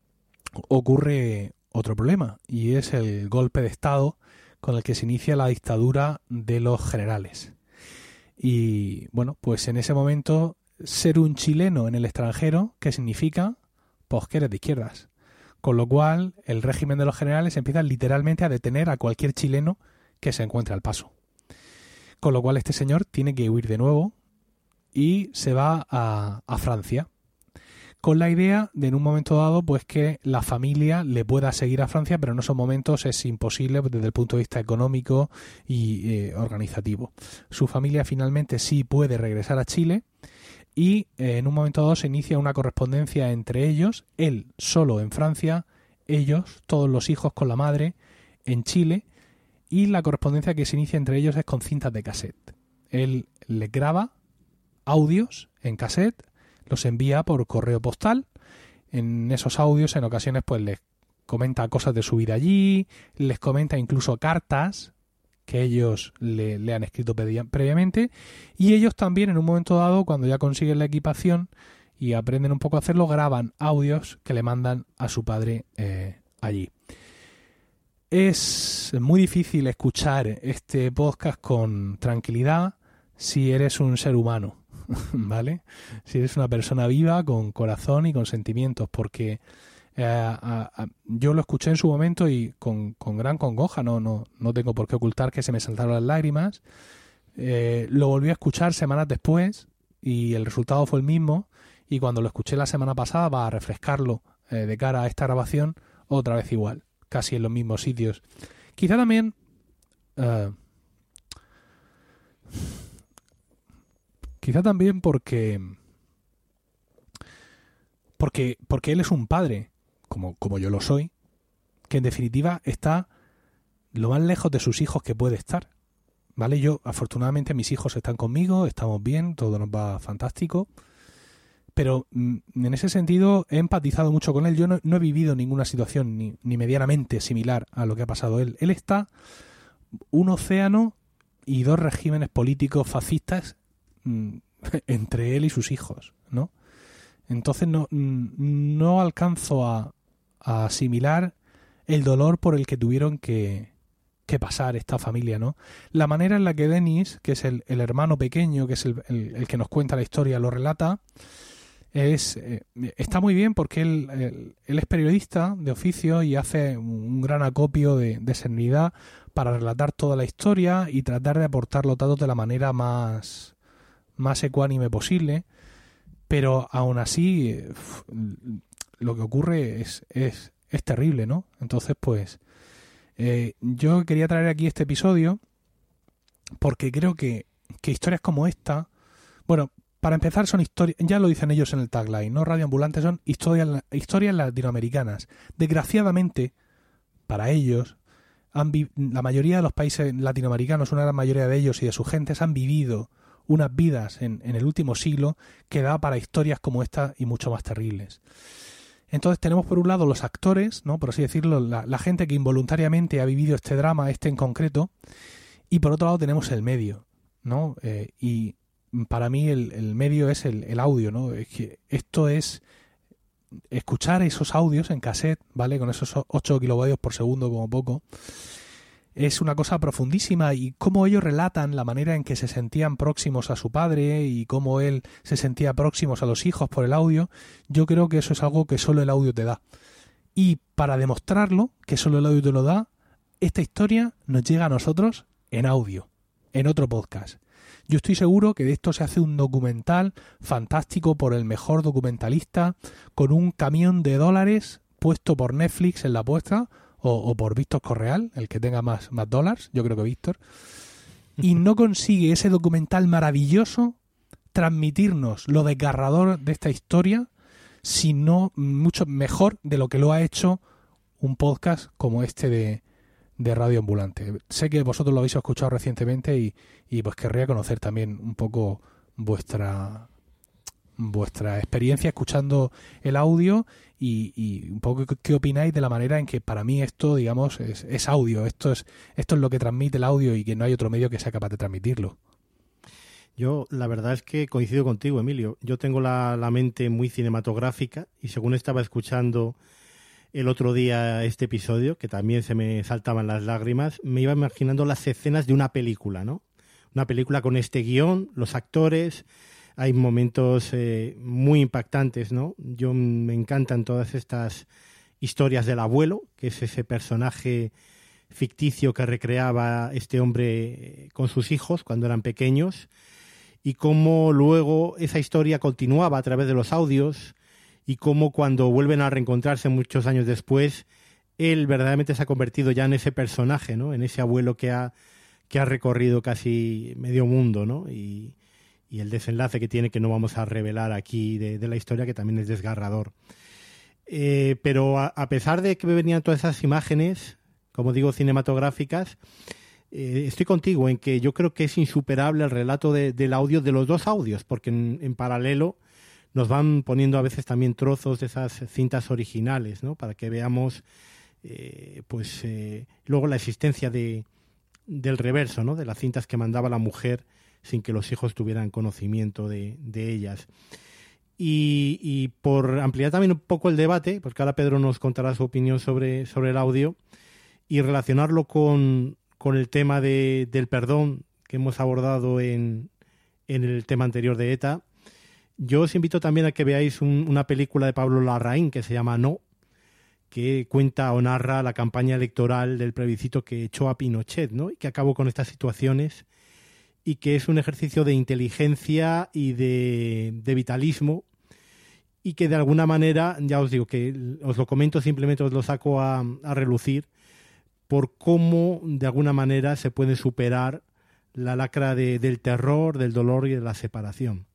[SPEAKER 5] ocurre otro problema, y es el golpe de Estado con el que se inicia la dictadura de los generales. Y bueno, pues en ese momento ser un chileno en el extranjero, ¿qué significa? Pues que eres de izquierdas. Con lo cual, el régimen de los generales empieza literalmente a detener a cualquier chileno que se encuentre al paso. Con lo cual, este señor tiene que huir de nuevo y se va a, a Francia, con la idea de en un momento dado pues que la familia le pueda seguir a Francia, pero en esos momentos es imposible desde el punto de vista económico y eh, organizativo. Su familia finalmente sí puede regresar a Chile y eh, en un momento dado se inicia una correspondencia entre ellos, él solo en Francia, ellos, todos los hijos con la madre en Chile, y la correspondencia que se inicia entre ellos es con cintas de cassette. Él les graba audios en cassette, los envía por correo postal. En esos audios en ocasiones pues les comenta cosas de su vida allí, les comenta incluso cartas que ellos le, le han escrito previamente, y ellos también en un momento dado, cuando ya consiguen la equipación y aprenden un poco a hacerlo, graban audios que le mandan a su padre eh, allí. Es muy difícil escuchar este podcast con tranquilidad si eres un ser humano, ¿vale? Si eres una persona viva, con corazón y con sentimientos, porque eh, a, a, yo lo escuché en su momento y con, con gran congoja, no, no, no tengo por qué ocultar que se me saltaron las lágrimas. Eh, lo volví a escuchar semanas después y el resultado fue el mismo, y cuando lo escuché la semana pasada para refrescarlo eh, de cara a esta grabación, otra vez igual, casi en los mismos sitios. Quizá también eh, Quizá también porque, porque porque él es un padre, como, como yo lo soy, que en definitiva está lo más lejos de sus hijos que puede estar, ¿vale? Yo, afortunadamente, mis hijos están conmigo, estamos bien, todo nos va fantástico, pero mm, en ese sentido he empatizado mucho con él. Yo no, no he vivido ninguna situación ni, ni medianamente similar a lo que ha pasado él. Él está un océano y dos regímenes políticos fascistas entre él y sus hijos, ¿no? Entonces no, no alcanzo a, a asimilar el dolor por el que tuvieron que, que pasar esta familia, ¿no? La manera en la que Denis, que es el, el hermano pequeño, que es el, el, el que nos cuenta la historia, lo relata, es eh, está muy bien, porque él, él, él es periodista de oficio y hace un gran acopio de, de serenidad para relatar toda la historia y tratar de aportar los datos de la manera más más ecuánime posible, pero aún así uf, lo que ocurre es, es, es terrible, ¿no? Entonces, pues, eh, yo quería traer aquí este episodio porque creo que, que historias como esta, bueno, para empezar son historias, ya lo dicen ellos en el tagline, ¿no? Radio Ambulante son historias, historias latinoamericanas. Desgraciadamente, para ellos, han vi- la mayoría de los países latinoamericanos, una gran mayoría de ellos y de sus gentes, han vivido unas vidas en, en el último siglo que da para historias como esta y mucho más terribles. Entonces tenemos por un lado los actores, ¿no? Por así decirlo, la, la gente que involuntariamente ha vivido este drama, este en concreto, y por otro lado tenemos el medio, ¿no? Eh, y para mí el, el medio es el, el audio, ¿no? Es que esto es escuchar esos audios en cassette, ¿vale? Con esos ocho kilovatios por segundo como poco. Es una cosa profundísima, y cómo ellos relatan la manera en que se sentían próximos a su padre y cómo él se sentía próximos a los hijos por el audio. Yo creo que eso es algo que solo el audio te da. Y para demostrarlo, que solo el audio te lo da, esta historia nos llega a nosotros en audio, en otro podcast. Yo estoy seguro que de esto se hace un documental fantástico por el mejor documentalista, con un camión de dólares puesto por Netflix en la puesta, O, o por Víctor Correal, el que tenga más, más dólares, yo creo que Víctor, y no consigue ese documental maravilloso transmitirnos lo desgarrador de esta historia, sino mucho mejor de lo que lo ha hecho un podcast como este de, de Radio Ambulante. Sé que vosotros lo habéis escuchado recientemente y, y pues querría conocer también un poco vuestra vuestra experiencia escuchando el audio y, y un poco qué opináis de la manera en que para mí esto, digamos, es, es audio, esto es esto es lo que transmite el audio y que no hay otro medio que sea capaz de transmitirlo.
[SPEAKER 6] Yo la verdad es que coincido contigo, Emilio. Yo tengo la, la mente muy cinematográfica y según estaba escuchando el otro día este episodio, que también se me saltaban las lágrimas, me iba imaginando las escenas de una película, ¿no? Una película con este guión, los actores, hay momentos eh, muy impactantes, ¿no? Yo me encantan todas estas historias del abuelo, que es ese personaje ficticio que recreaba este hombre con sus hijos cuando eran pequeños, y cómo luego esa historia continuaba a través de los audios, y cómo cuando vuelven a reencontrarse muchos años después, él verdaderamente se ha convertido ya en ese personaje, ¿no? En ese abuelo que ha, que ha recorrido casi medio mundo, ¿no? Y, y el desenlace que tiene, que no vamos a revelar aquí de, de la historia, que también es desgarrador. Eh, pero a, a pesar de que me venían todas esas imágenes, como digo, cinematográficas, eh, estoy contigo en que yo creo que es insuperable el relato de, del audio, de los dos audios, porque en, en paralelo nos van poniendo a veces también trozos de esas cintas originales, ¿no? Para que veamos eh, pues eh, luego la existencia de, del reverso, ¿no? De las cintas que mandaba la mujer sin que los hijos tuvieran conocimiento de, de ellas. Y, y por ampliar también un poco el debate, porque ahora Pedro nos contará su opinión sobre, sobre el audio, y relacionarlo con, con el tema de, del perdón que hemos abordado en, en el tema anterior de ETA, yo os invito también a que veáis un, una película de Pablo Larraín que se llama No, que cuenta o narra la campaña electoral del plebiscito que echó a Pinochet, ¿no? Y que acabó con estas situaciones, y que es un ejercicio de inteligencia y de, de vitalismo, y que de alguna manera, ya os digo que os lo comento, simplemente os lo saco a, a relucir, por cómo de alguna manera se puede superar la lacra de, del terror, del dolor y de la separación.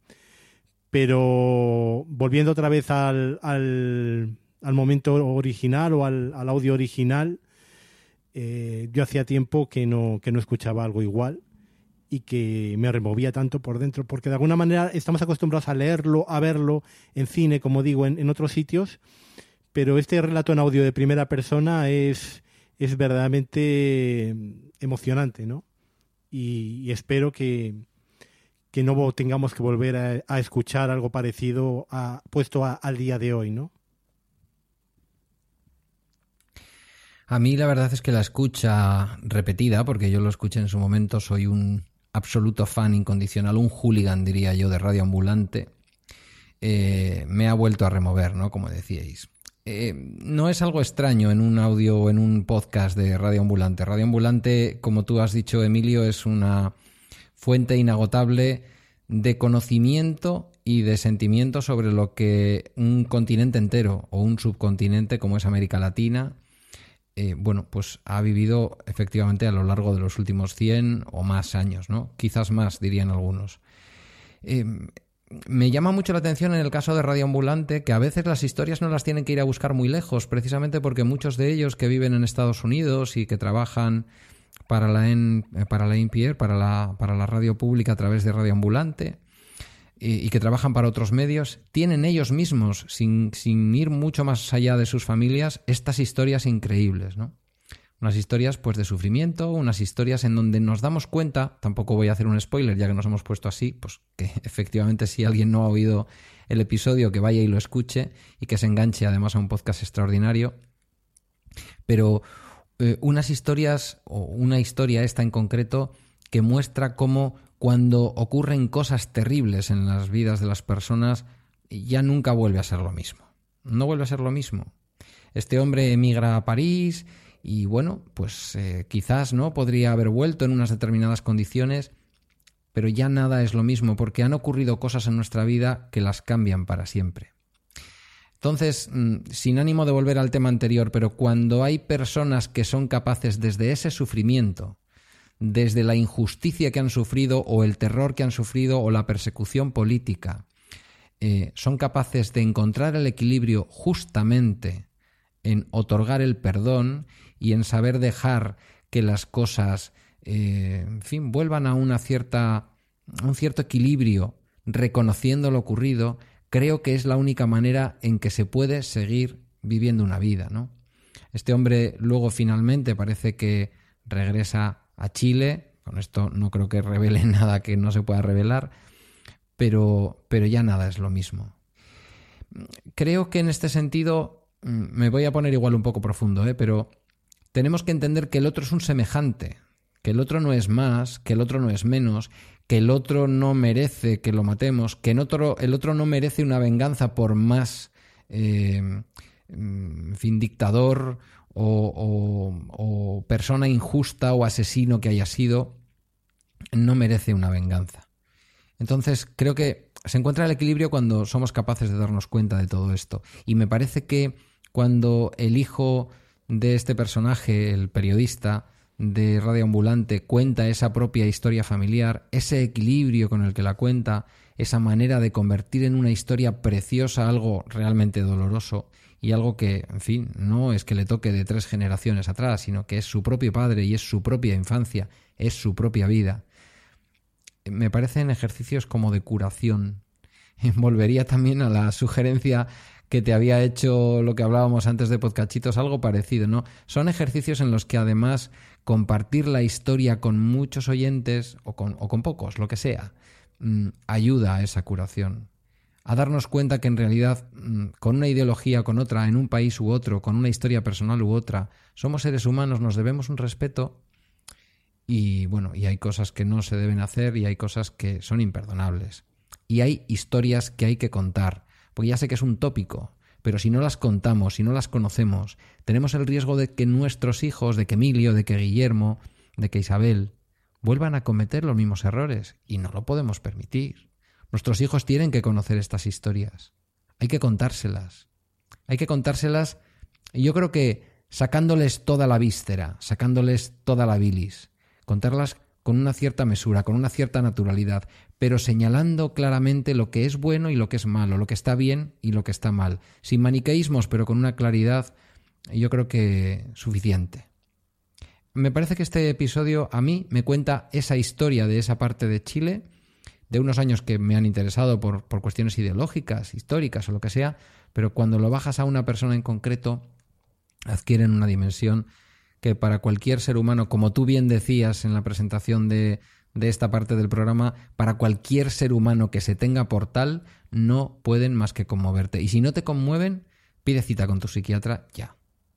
[SPEAKER 6] Pero volviendo otra vez al, al, al momento original o al, al audio original, eh, yo hacía tiempo que no, que no escuchaba algo igual y que me removía tanto por dentro, porque de alguna manera estamos acostumbrados a leerlo, a verlo en cine, como digo, en, en otros sitios, pero este relato en audio de primera persona es, es verdaderamente emocionante, ¿no? Y, y espero que que no tengamos que volver a, a escuchar algo parecido a, puesto a, al día de hoy, ¿no?
[SPEAKER 7] A mí la verdad es que la escucha repetida, porque yo lo escuché en su momento, soy un absoluto fan incondicional, un hooligan, diría yo, de Radio Ambulante, eh, me ha vuelto a remover, ¿no? Como decíais. Eh, no es algo extraño en un audio o en un podcast de Radio Ambulante. Radio Ambulante, como tú has dicho, Emilio, es una fuente inagotable de conocimiento y de sentimiento sobre lo que un continente entero o un subcontinente como es América Latina, eh, bueno, pues ha vivido efectivamente a lo largo de los últimos cien o más años, ¿no? Quizás más, dirían algunos. Eh, me llama mucho la atención en el caso de Radio Ambulante que a veces las historias no las tienen que ir a buscar muy lejos, precisamente porque muchos de ellos que viven en Estados Unidos y que trabajan para la, N, para la N P R, para la, para la radio pública a través de Radio Ambulante, y, y que trabajan para otros medios, tienen ellos mismos, sin, sin ir mucho más allá de sus familias, estas historias increíbles, ¿no? Unas historias pues de sufrimiento, unas historias en donde nos damos cuenta, tampoco voy a hacer un spoiler ya que nos hemos puesto así, pues que efectivamente si alguien no ha oído el episodio que vaya y lo escuche y que se enganche además a un podcast extraordinario, pero eh, unas historias o una historia esta en concreto que muestra cómo cuando ocurren cosas terribles en las vidas de las personas ya nunca vuelve a ser lo mismo, no vuelve a ser lo mismo. Este hombre emigra a París y bueno, pues eh, quizás no podría haber vuelto en unas determinadas condiciones, pero ya nada es lo mismo porque han ocurrido cosas en nuestra vida que las cambian para siempre. Entonces, sin ánimo de volver al tema anterior, pero cuando hay personas que son capaces desde ese sufrimiento, desde la injusticia que han sufrido o el terror que han sufrido o la persecución política, eh, son capaces de encontrar el equilibrio justamente en otorgar el perdón y en saber dejar que las cosas, eh, en fin, vuelvan a una cierta, a un cierto equilibrio, reconociendo lo ocurrido, creo que es la única manera en que se puede seguir viviendo una vida, ¿no? Este hombre luego finalmente parece que regresa a Chile. Con esto no creo que revele nada que no se pueda revelar, pero, pero ya nada es lo mismo. Creo que en este sentido me voy a poner igual un poco profundo, ¿eh? Pero tenemos que entender que el otro es un semejante, que el otro no es más, que el otro no es menos, que el otro no merece que lo matemos, que el otro, el otro no merece una venganza por más, eh, en fin, dictador o, o, o persona injusta o asesino que haya sido, no merece una venganza. Entonces, creo que se encuentra el equilibrio cuando somos capaces de darnos cuenta de todo esto. Y me parece que cuando el hijo de este personaje, el periodista de Radio Ambulante, cuenta esa propia historia familiar, ese equilibrio con el que la cuenta, esa manera de convertir en una historia preciosa algo realmente doloroso y algo que, en fin, no es que le toque de tres generaciones atrás, sino que es su propio padre y es su propia infancia, es su propia vida. Me parecen ejercicios como de curación. Volvería también a la sugerencia que te había hecho lo que hablábamos antes de Podcachitos, algo parecido, ¿no? Son ejercicios en los que además compartir la historia con muchos oyentes o con, o con pocos, lo que sea, mmm, ayuda a esa curación. A darnos cuenta que en realidad mmm, con una ideología, con otra, en un país u otro, con una historia personal u otra, somos seres humanos, nos debemos un respeto y bueno, y hay cosas que no se deben hacer y hay cosas que son imperdonables. Y hay historias que hay que contar, porque ya sé que es un tópico, pero si no las contamos, si no las conocemos, tenemos el riesgo de que nuestros hijos, de que Emilio, de que Guillermo, de que Isabel, vuelvan a cometer los mismos errores, y no lo podemos permitir. Nuestros hijos tienen que conocer estas historias. Hay que contárselas. Hay que contárselas, y yo creo que sacándoles toda la víscera, sacándoles toda la bilis, contarlas con una cierta mesura, con una cierta naturalidad, pero señalando claramente lo que es bueno y lo que es malo, lo que está bien y lo que está mal. Sin maniqueísmos, pero con una claridad, yo creo que suficiente. Me parece que este episodio a mí me cuenta esa historia de esa parte de Chile, de unos años que me han interesado por, por cuestiones ideológicas, históricas o lo que sea, pero cuando lo bajas a una persona en concreto, adquieren una dimensión que para cualquier ser humano, como tú bien decías en la presentación de, de esta parte del programa, para cualquier ser humano que se tenga por tal, no pueden más que conmoverte. Y si no te conmueven, pide cita con tu psiquiatra ya.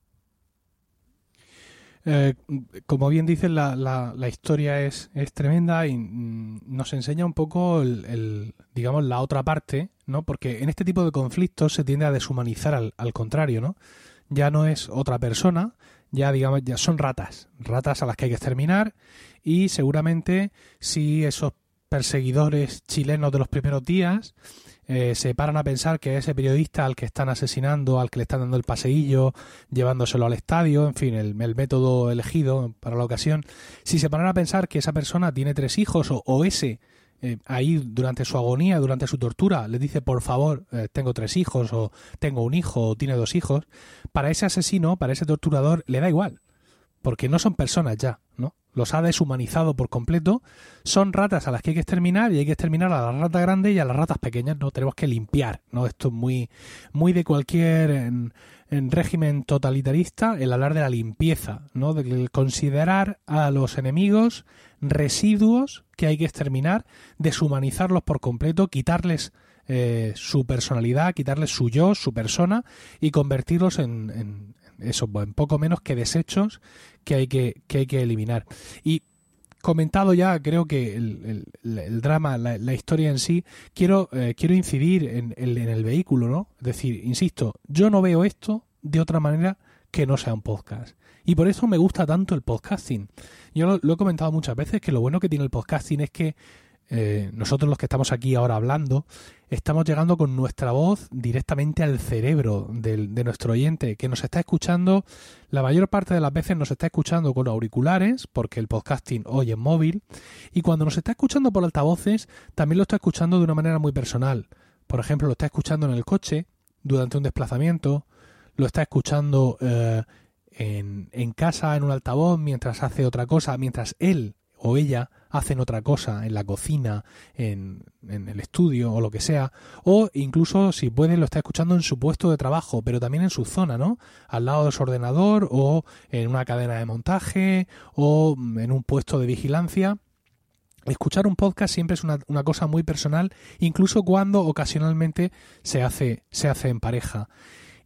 [SPEAKER 5] Eh, como bien dices, la, la, la historia es, es tremenda y mm, nos enseña un poco el, el, digamos, la otra parte, ¿no? Porque en este tipo de conflictos se tiende a deshumanizar al, al contrario, ¿no? Ya no es otra persona, ya digamos, ya son ratas, ratas a las que hay que exterminar, y seguramente si esos perseguidores chilenos de los primeros días eh, se paran a pensar que ese periodista al que están asesinando, al que le están dando el paseillo, llevándoselo al estadio, en fin, el, el método elegido para la ocasión, si se paran a pensar que esa persona tiene tres hijos o, o ese Eh, ahí durante su agonía, durante su tortura, le dice por favor, eh, tengo tres hijos o tengo un hijo o tiene dos hijos, para ese asesino, para ese torturador le da igual, porque no son personas ya, ¿no? Los ha deshumanizado por completo, son ratas a las que hay que exterminar y hay que exterminar a las ratas grandes y a las ratas pequeñas, ¿no? Tenemos que limpiar, ¿no? Esto es muy, muy de cualquier en, en régimen totalitarista, el hablar de la limpieza, ¿no? De considerar a los enemigos residuos que hay que exterminar, deshumanizarlos por completo, quitarles eh, su personalidad, quitarles su yo, su persona y convertirlos en, en eso, en poco menos que desechos que hay que, que hay que eliminar. Y comentado ya, creo que el, el, el drama, la, la historia en sí, quiero, eh, quiero incidir en, en, en el vehículo, ¿no? Es decir, insisto, yo no veo esto de otra manera que no sea un podcast. Y por eso me gusta tanto el podcasting. Yo lo, lo he comentado muchas veces, que lo bueno que tiene el podcasting es que eh, nosotros los que estamos aquí ahora hablando, estamos llegando con nuestra voz directamente al cerebro del, de nuestro oyente, que nos está escuchando, la mayor parte de las veces nos está escuchando con auriculares, porque el podcasting hoy es móvil, y cuando nos está escuchando por altavoces, también lo está escuchando de una manera muy personal. Por ejemplo, lo está escuchando en el coche, durante un desplazamiento, lo está escuchando eh, en, en casa, en un altavoz, mientras hace otra cosa, mientras él o ella hacen otra cosa en la cocina, en, en el estudio o lo que sea, o incluso si puede lo está escuchando en su puesto de trabajo, pero también en su zona, ¿no? Al lado de su ordenador o en una cadena de montaje o en un puesto de vigilancia. Escuchar un podcast siempre es una, una cosa muy personal, incluso cuando ocasionalmente se hace, se hace en pareja.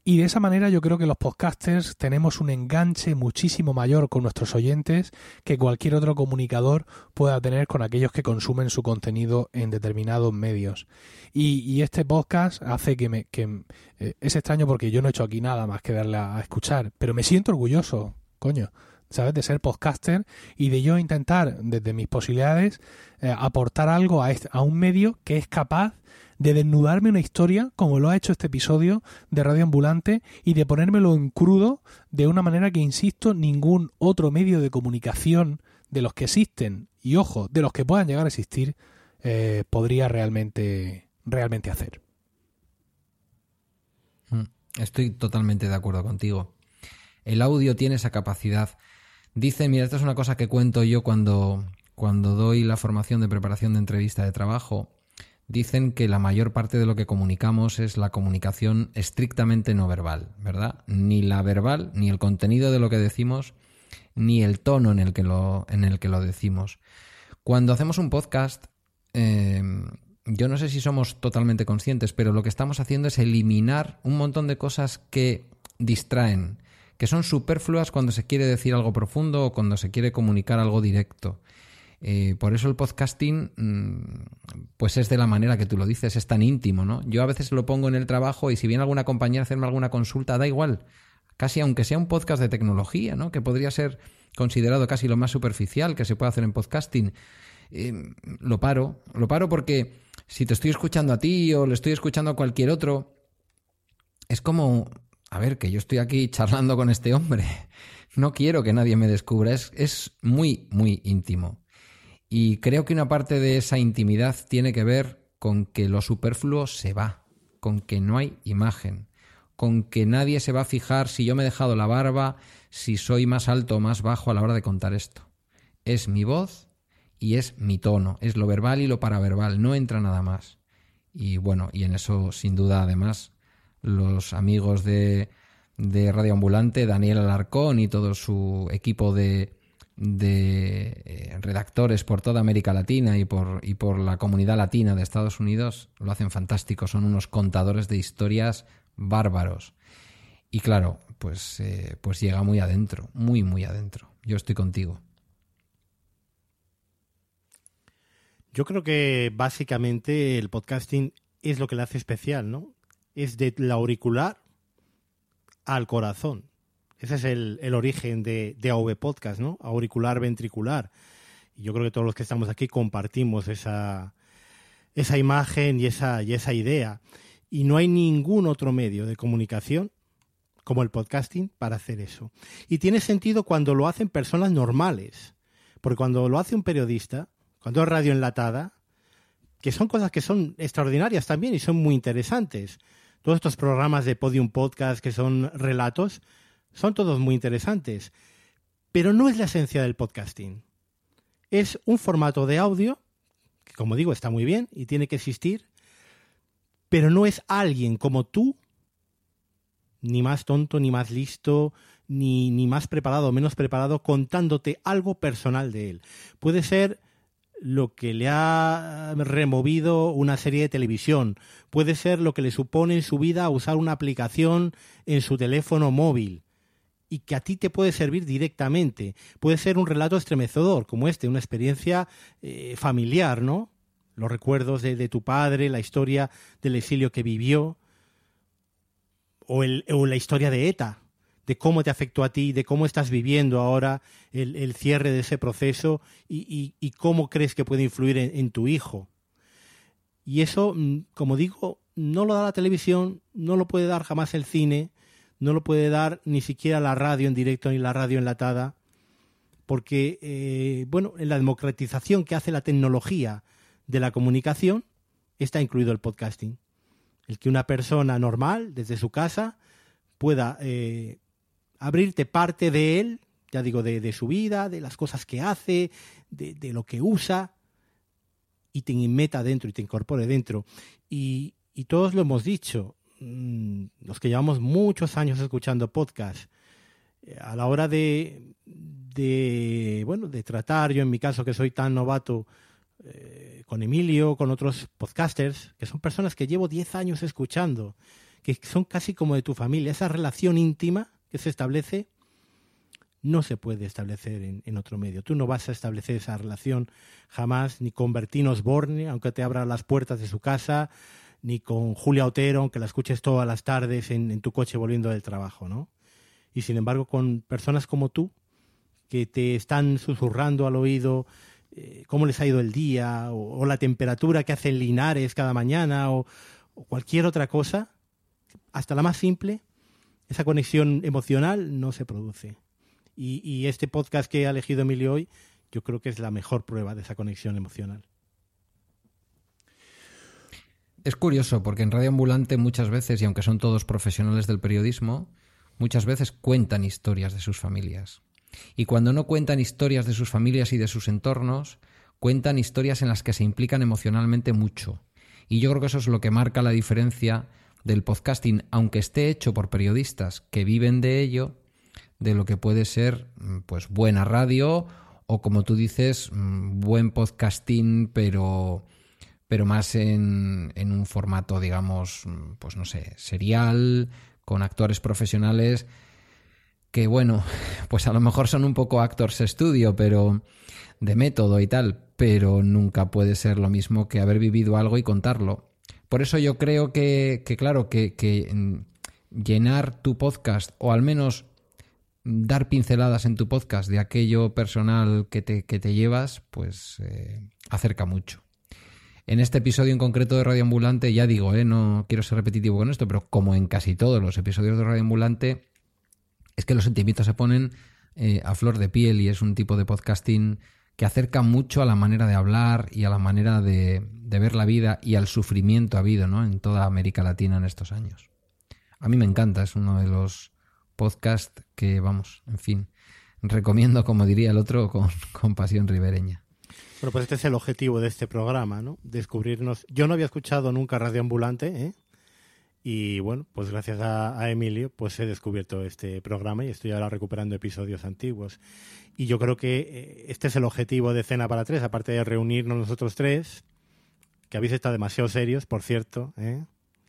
[SPEAKER 5] Y de esa manera yo creo que los podcasters tenemos un enganche muchísimo mayor con nuestros oyentes que cualquier otro comunicador pueda tener con aquellos que consumen su contenido en determinados medios. Y, y este podcast hace que me... que eh, es extraño porque yo no he hecho aquí nada más que darle a, a escuchar, pero me siento orgulloso, coño, ¿sabes? De ser podcaster y de yo intentar, desde mis posibilidades, eh, aportar algo a, este, a un medio que es capaz de desnudarme una historia, como lo ha hecho este episodio de Radio Ambulante, y de ponérmelo en crudo de una manera que, insisto, ningún otro medio de comunicación de los que existen, y ojo, de los que puedan llegar a existir, eh, podría realmente, realmente hacer.
[SPEAKER 7] Estoy totalmente de acuerdo contigo. El audio tiene esa capacidad. Dice, mira, esta es una cosa que cuento yo cuando, cuando doy la formación de preparación de entrevista de trabajo. Dicen que la mayor parte de lo que comunicamos es la comunicación estrictamente no verbal, ¿verdad? Ni la verbal, ni el contenido de lo que decimos, ni el tono en el que lo, en el que lo decimos. Cuando hacemos un podcast, eh, yo no sé si somos totalmente conscientes, pero lo que estamos haciendo es eliminar un montón de cosas que distraen, que son superfluas cuando se quiere decir algo profundo o cuando se quiere comunicar algo directo. Eh, por eso el podcasting pues es de la manera que tú lo dices, es tan íntimo, ¿no? Yo a veces lo pongo en el trabajo y si viene alguna compañera a hacerme alguna consulta, da igual, casi aunque sea un podcast de tecnología, ¿no? Que podría ser considerado casi lo más superficial que se puede hacer en podcasting, eh, lo paro, lo paro porque si te estoy escuchando a ti o le estoy escuchando a cualquier otro, es como, a ver, que yo estoy aquí charlando con este hombre, no quiero que nadie me descubra, es, es muy, muy íntimo. Y creo que una parte de esa intimidad tiene que ver con que lo superfluo se va, con que no hay imagen, con que nadie se va a fijar si yo me he dejado la barba, si soy más alto o más bajo a la hora de contar esto. Es mi voz y es mi tono, es lo verbal y lo paraverbal, no entra nada más. Y bueno, y en eso sin duda además los amigos de, de Radio Ambulante, Daniel Alarcón y todo su equipo de... de eh, redactores por toda América Latina y por, y por la comunidad latina de Estados Unidos lo hacen fantástico, son unos contadores de historias bárbaros y claro, pues, eh, pues llega muy adentro, muy muy adentro. Yo estoy contigo.
[SPEAKER 6] Yo creo que básicamente el podcasting es lo que le hace especial, ¿no? Es de la auricular al corazón. Ese es el, el origen de, de A V Podcast, ¿no? Auricular ventricular. Y yo creo que todos los que estamos aquí compartimos esa, esa imagen y esa, y esa idea. Y no hay ningún otro medio de comunicación como el podcasting para hacer eso. Y tiene sentido cuando lo hacen personas normales. Porque cuando lo hace un periodista, cuando es radio enlatada, que son cosas que son extraordinarias también y son muy interesantes. Todos estos programas de Podium Podcast que son relatos, son todos muy interesantes, pero no es la esencia del podcasting. Es un formato de audio, que como digo está muy bien y tiene que existir, pero no es alguien como tú, ni más tonto, ni más listo, ni, ni más preparado o menos preparado, contándote algo personal de él. Puede ser lo que le ha removido una serie de televisión, puede ser lo que le supone en su vida usar una aplicación en su teléfono móvil, y que a ti te puede servir directamente. Puede ser un relato estremecedor, como este, una experiencia eh, familiar, ¿no? Los recuerdos de, de tu padre, la historia del exilio que vivió, o, el, o la historia de ETA, de cómo te afectó a ti, de cómo estás viviendo ahora el, el cierre de ese proceso y, y, y cómo crees que puede influir en, en tu hijo. Y eso, como digo, no lo da la televisión, no lo puede dar jamás el cine, no lo puede dar ni siquiera la radio en directo ni la radio enlatada, porque, eh, bueno, en la democratización que hace la tecnología de la comunicación está incluido el podcasting. El que una persona normal, desde su casa, pueda eh, abrirte parte de él, ya digo, de, de su vida, de las cosas que hace, de, de lo que usa, y te meta dentro y te incorpore dentro. Y, y todos lo hemos dicho, los que llevamos muchos años escuchando podcasts, a la hora de, de bueno de tratar, yo en mi caso que soy tan novato, eh, con Emilio, con otros podcasters, que son personas que llevo diez años escuchando, que son casi como de tu familia. Esa relación íntima que se establece no se puede establecer en, en otro medio. Tú no vas a establecer esa relación jamás, ni con Bertín Osborne, aunque te abra las puertas de su casa, ni con Julia Otero, aunque la escuches todas las tardes en, en tu coche volviendo del trabajo, ¿no? Y sin embargo, con personas como tú, que te están susurrando al oído eh, cómo les ha ido el día, o, o la temperatura que hace en Linares cada mañana, o, o cualquier otra cosa, hasta la más simple, esa conexión emocional no se produce. Y, y este podcast que ha elegido Emilio hoy, yo creo que es la mejor prueba de esa conexión emocional.
[SPEAKER 7] Es curioso, porque en Radio Ambulante muchas veces, y aunque son todos profesionales del periodismo, muchas veces cuentan historias de sus familias. Y cuando no cuentan historias de sus familias y de sus entornos, cuentan historias en las que se implican emocionalmente mucho. Y yo creo que eso es lo que marca la diferencia del podcasting, aunque esté hecho por periodistas que viven de ello, de lo que puede ser pues buena radio o, como tú dices, buen podcasting, pero, pero más en, en un formato, digamos, pues no sé, serial, con actores profesionales que, bueno, pues a lo mejor son un poco actors studio, pero de método y tal, pero nunca puede ser lo mismo que haber vivido algo y contarlo. Por eso yo creo que, que claro, que, que llenar tu podcast, o al menos dar pinceladas en tu podcast de aquello personal que te, que te llevas, pues eh, acerca mucho. En este episodio en concreto de Radio Ambulante, ya digo, eh, no quiero ser repetitivo con esto, pero como en casi todos los episodios de Radio Ambulante, es que los sentimientos se ponen eh, a flor de piel, y es un tipo de podcasting que acerca mucho a la manera de hablar y a la manera de, de ver la vida y al sufrimiento habido, ¿no?, en toda América Latina en estos años. A mí me encanta, es uno de los podcasts que, vamos, en fin, recomiendo, como diría el otro, con, con pasión ribereña.
[SPEAKER 6] Bueno, pues este es el objetivo de este programa, ¿no? Descubrirnos. Yo no había escuchado nunca Radio Ambulante, ¿eh? Y bueno, pues gracias a, a Emilio, pues he descubierto este programa y estoy ahora recuperando episodios antiguos. Y yo creo que este es el objetivo de Cena para Tres, aparte de reunirnos nosotros tres, que habéis estado demasiado serios, por cierto, ¿eh?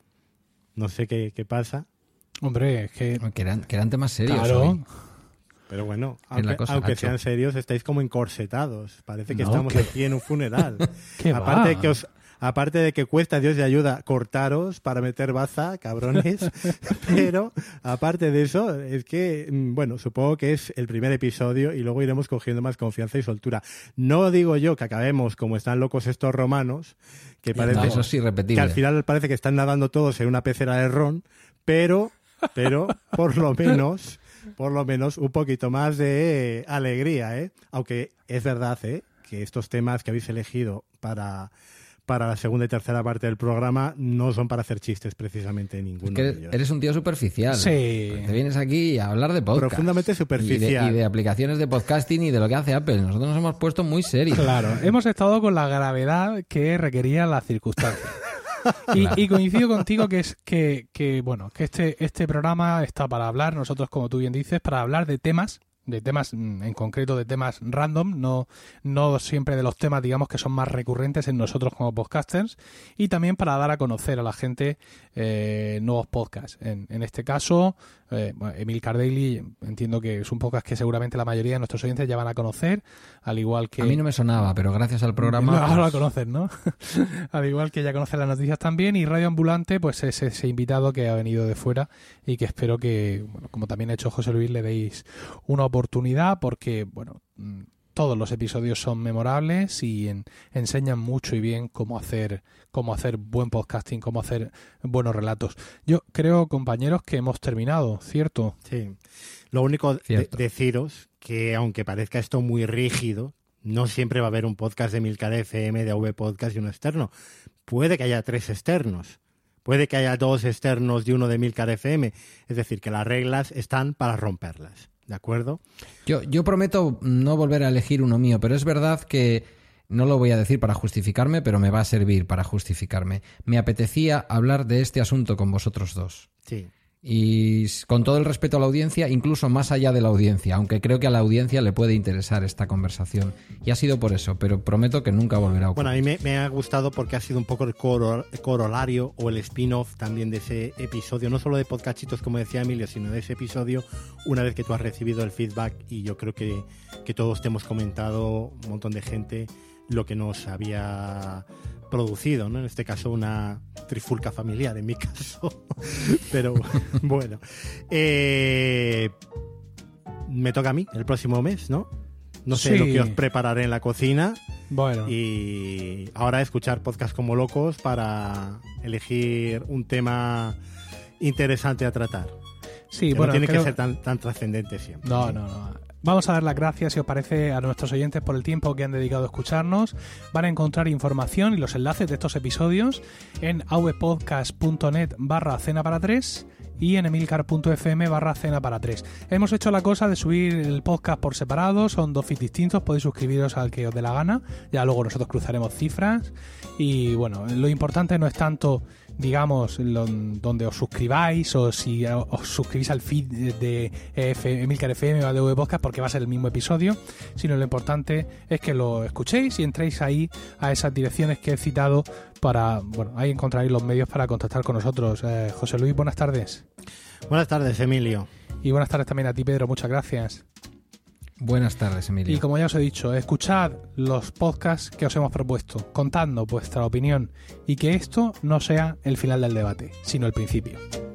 [SPEAKER 6] No sé qué, qué pasa.
[SPEAKER 5] Hombre, es que...
[SPEAKER 7] Que eran, que eran temas serios.
[SPEAKER 5] Claro.
[SPEAKER 7] Hoy.
[SPEAKER 6] Pero bueno, aunque,
[SPEAKER 7] cosa,
[SPEAKER 6] aunque
[SPEAKER 7] Nacho.
[SPEAKER 6] sean serios, estáis como encorsetados. Parece que
[SPEAKER 5] No,
[SPEAKER 6] estamos
[SPEAKER 5] ¿qué?
[SPEAKER 6] aquí en un funeral.
[SPEAKER 5] ¿Qué
[SPEAKER 6] aparte,
[SPEAKER 5] va?
[SPEAKER 6] de que os, aparte de que cuesta Dios de ayuda cortaros para meter baza, cabrones. Pero aparte de eso, es que, bueno, supongo que es el primer episodio y luego iremos cogiendo más confianza y soltura. No digo yo que acabemos como están locos estos romanos, que parece
[SPEAKER 7] No, eso es irrepetible.
[SPEAKER 6] que al final parece que están nadando todos en una pecera de ron, pero, pero por lo menos... por lo menos un poquito más de alegría, ¿eh? Aunque es verdad, ¿eh?, que estos temas que habéis elegido para, para la segunda y tercera parte del programa no son para hacer chistes precisamente ninguno
[SPEAKER 7] que
[SPEAKER 6] de ellos.
[SPEAKER 7] eres un tío superficial.
[SPEAKER 5] Sí.
[SPEAKER 7] Te vienes aquí a hablar de podcast.
[SPEAKER 6] Profundamente superficial.
[SPEAKER 7] Y de, y de aplicaciones de podcasting y de lo que hace Apple. Nosotros nos hemos puesto muy serios.
[SPEAKER 5] Claro, hemos estado con la gravedad que requería la circunstancia. Y,
[SPEAKER 7] Claro.
[SPEAKER 5] y coincido contigo que es que, que bueno, que este, este programa está para hablar, nosotros, como tú bien dices, para hablar de temas, de temas mm, en concreto, de temas random, no, no siempre de los temas, digamos, que son más recurrentes en nosotros como podcasters, y también para dar a conocer a la gente eh, nuevos podcasts. En, en este caso, eh, bueno, Emilcar Daily, entiendo que es un podcast que seguramente la mayoría de nuestros oyentes ya van a conocer, al igual que...
[SPEAKER 7] A mí no me sonaba, pero gracias al programa...
[SPEAKER 5] No, ahora
[SPEAKER 7] pues,
[SPEAKER 5] lo conocen, ¿no? Al igual que ya conocen las noticias también. Y Radio Ambulante, pues es ese invitado que ha venido de fuera y que espero que, bueno, como también ha hecho José Luis, le deis una oportunidad, porque, bueno, mm, todos los episodios son memorables y en- enseñan mucho y bien cómo hacer, cómo hacer buen podcasting, cómo hacer buenos relatos. Yo creo, compañeros, que hemos terminado, ¿cierto?
[SPEAKER 6] Sí. Lo único de,
[SPEAKER 7] Cierto.
[SPEAKER 6] deciros que, aunque parezca esto muy rígido, no siempre va a haber un podcast de Emilcar F M, de A V Podcast y uno externo. Puede que haya tres externos. Puede que haya dos externos y uno de Emilcar F M. Es decir, que las reglas están para romperlas. ¿De acuerdo?
[SPEAKER 7] Yo, yo prometo no volver a elegir uno mío, pero es verdad que no lo voy a decir para justificarme, pero me va a servir para justificarme. Me apetecía hablar de este asunto con vosotros dos.
[SPEAKER 6] Sí.
[SPEAKER 7] Y con todo el respeto a la audiencia, incluso más allá de la audiencia, aunque creo que a la audiencia le puede interesar esta conversación. Y ha sido por eso, pero prometo que nunca volverá a ocurrir.
[SPEAKER 6] Bueno, a mí me, me ha gustado porque ha sido un poco el coro, corolario o el spin-off también de ese episodio, no solo de Podcachitos, como decía Emilio, sino de ese episodio, una vez que tú has recibido el feedback, y yo creo que, que todos te hemos comentado, un montón de gente, lo que nos había producido, ¿no? En este caso una trifulca familiar, en mi caso. Pero bueno, eh, me toca a mí el próximo mes, ¿no? No sé
[SPEAKER 5] Sí.
[SPEAKER 6] lo que os prepararé en la cocina.
[SPEAKER 5] Bueno.
[SPEAKER 6] Y ahora escuchar podcasts como locos para elegir un tema interesante a tratar.
[SPEAKER 5] Sí,
[SPEAKER 6] que
[SPEAKER 5] bueno,
[SPEAKER 6] no tiene
[SPEAKER 5] creo-
[SPEAKER 6] que ser tan, tan trascendente siempre.
[SPEAKER 5] No, no, no. Vamos a dar las gracias, si os parece, a nuestros oyentes por el tiempo que han dedicado a escucharnos. Van a encontrar información y los enlaces de estos episodios en avpodcast.net barra cena para tres y en emilcar.fm barra cena para tres. Hemos hecho la cosa de subir el podcast por separado, son dos feeds distintos, podéis suscribiros al que os dé la gana, ya luego nosotros cruzaremos cifras. Y bueno, lo importante no es tanto, digamos, lo, donde os suscribáis o si os suscribís al feed de F, Emilcar F M o de V Podcast, porque va a ser el mismo episodio, sino lo importante es que lo escuchéis y entréis ahí a esas direcciones que he citado para, bueno, ahí encontraréis los medios para contactar con nosotros. Eh, José Luis, buenas tardes.
[SPEAKER 6] Buenas tardes, Emilio.
[SPEAKER 5] Y buenas tardes también a ti, Pedro, muchas gracias.
[SPEAKER 7] Buenas tardes, Emilio.
[SPEAKER 5] Y como ya os he dicho, escuchad los podcasts que os hemos propuesto, contadnos vuestra opinión y que esto no sea el final del debate, sino el principio.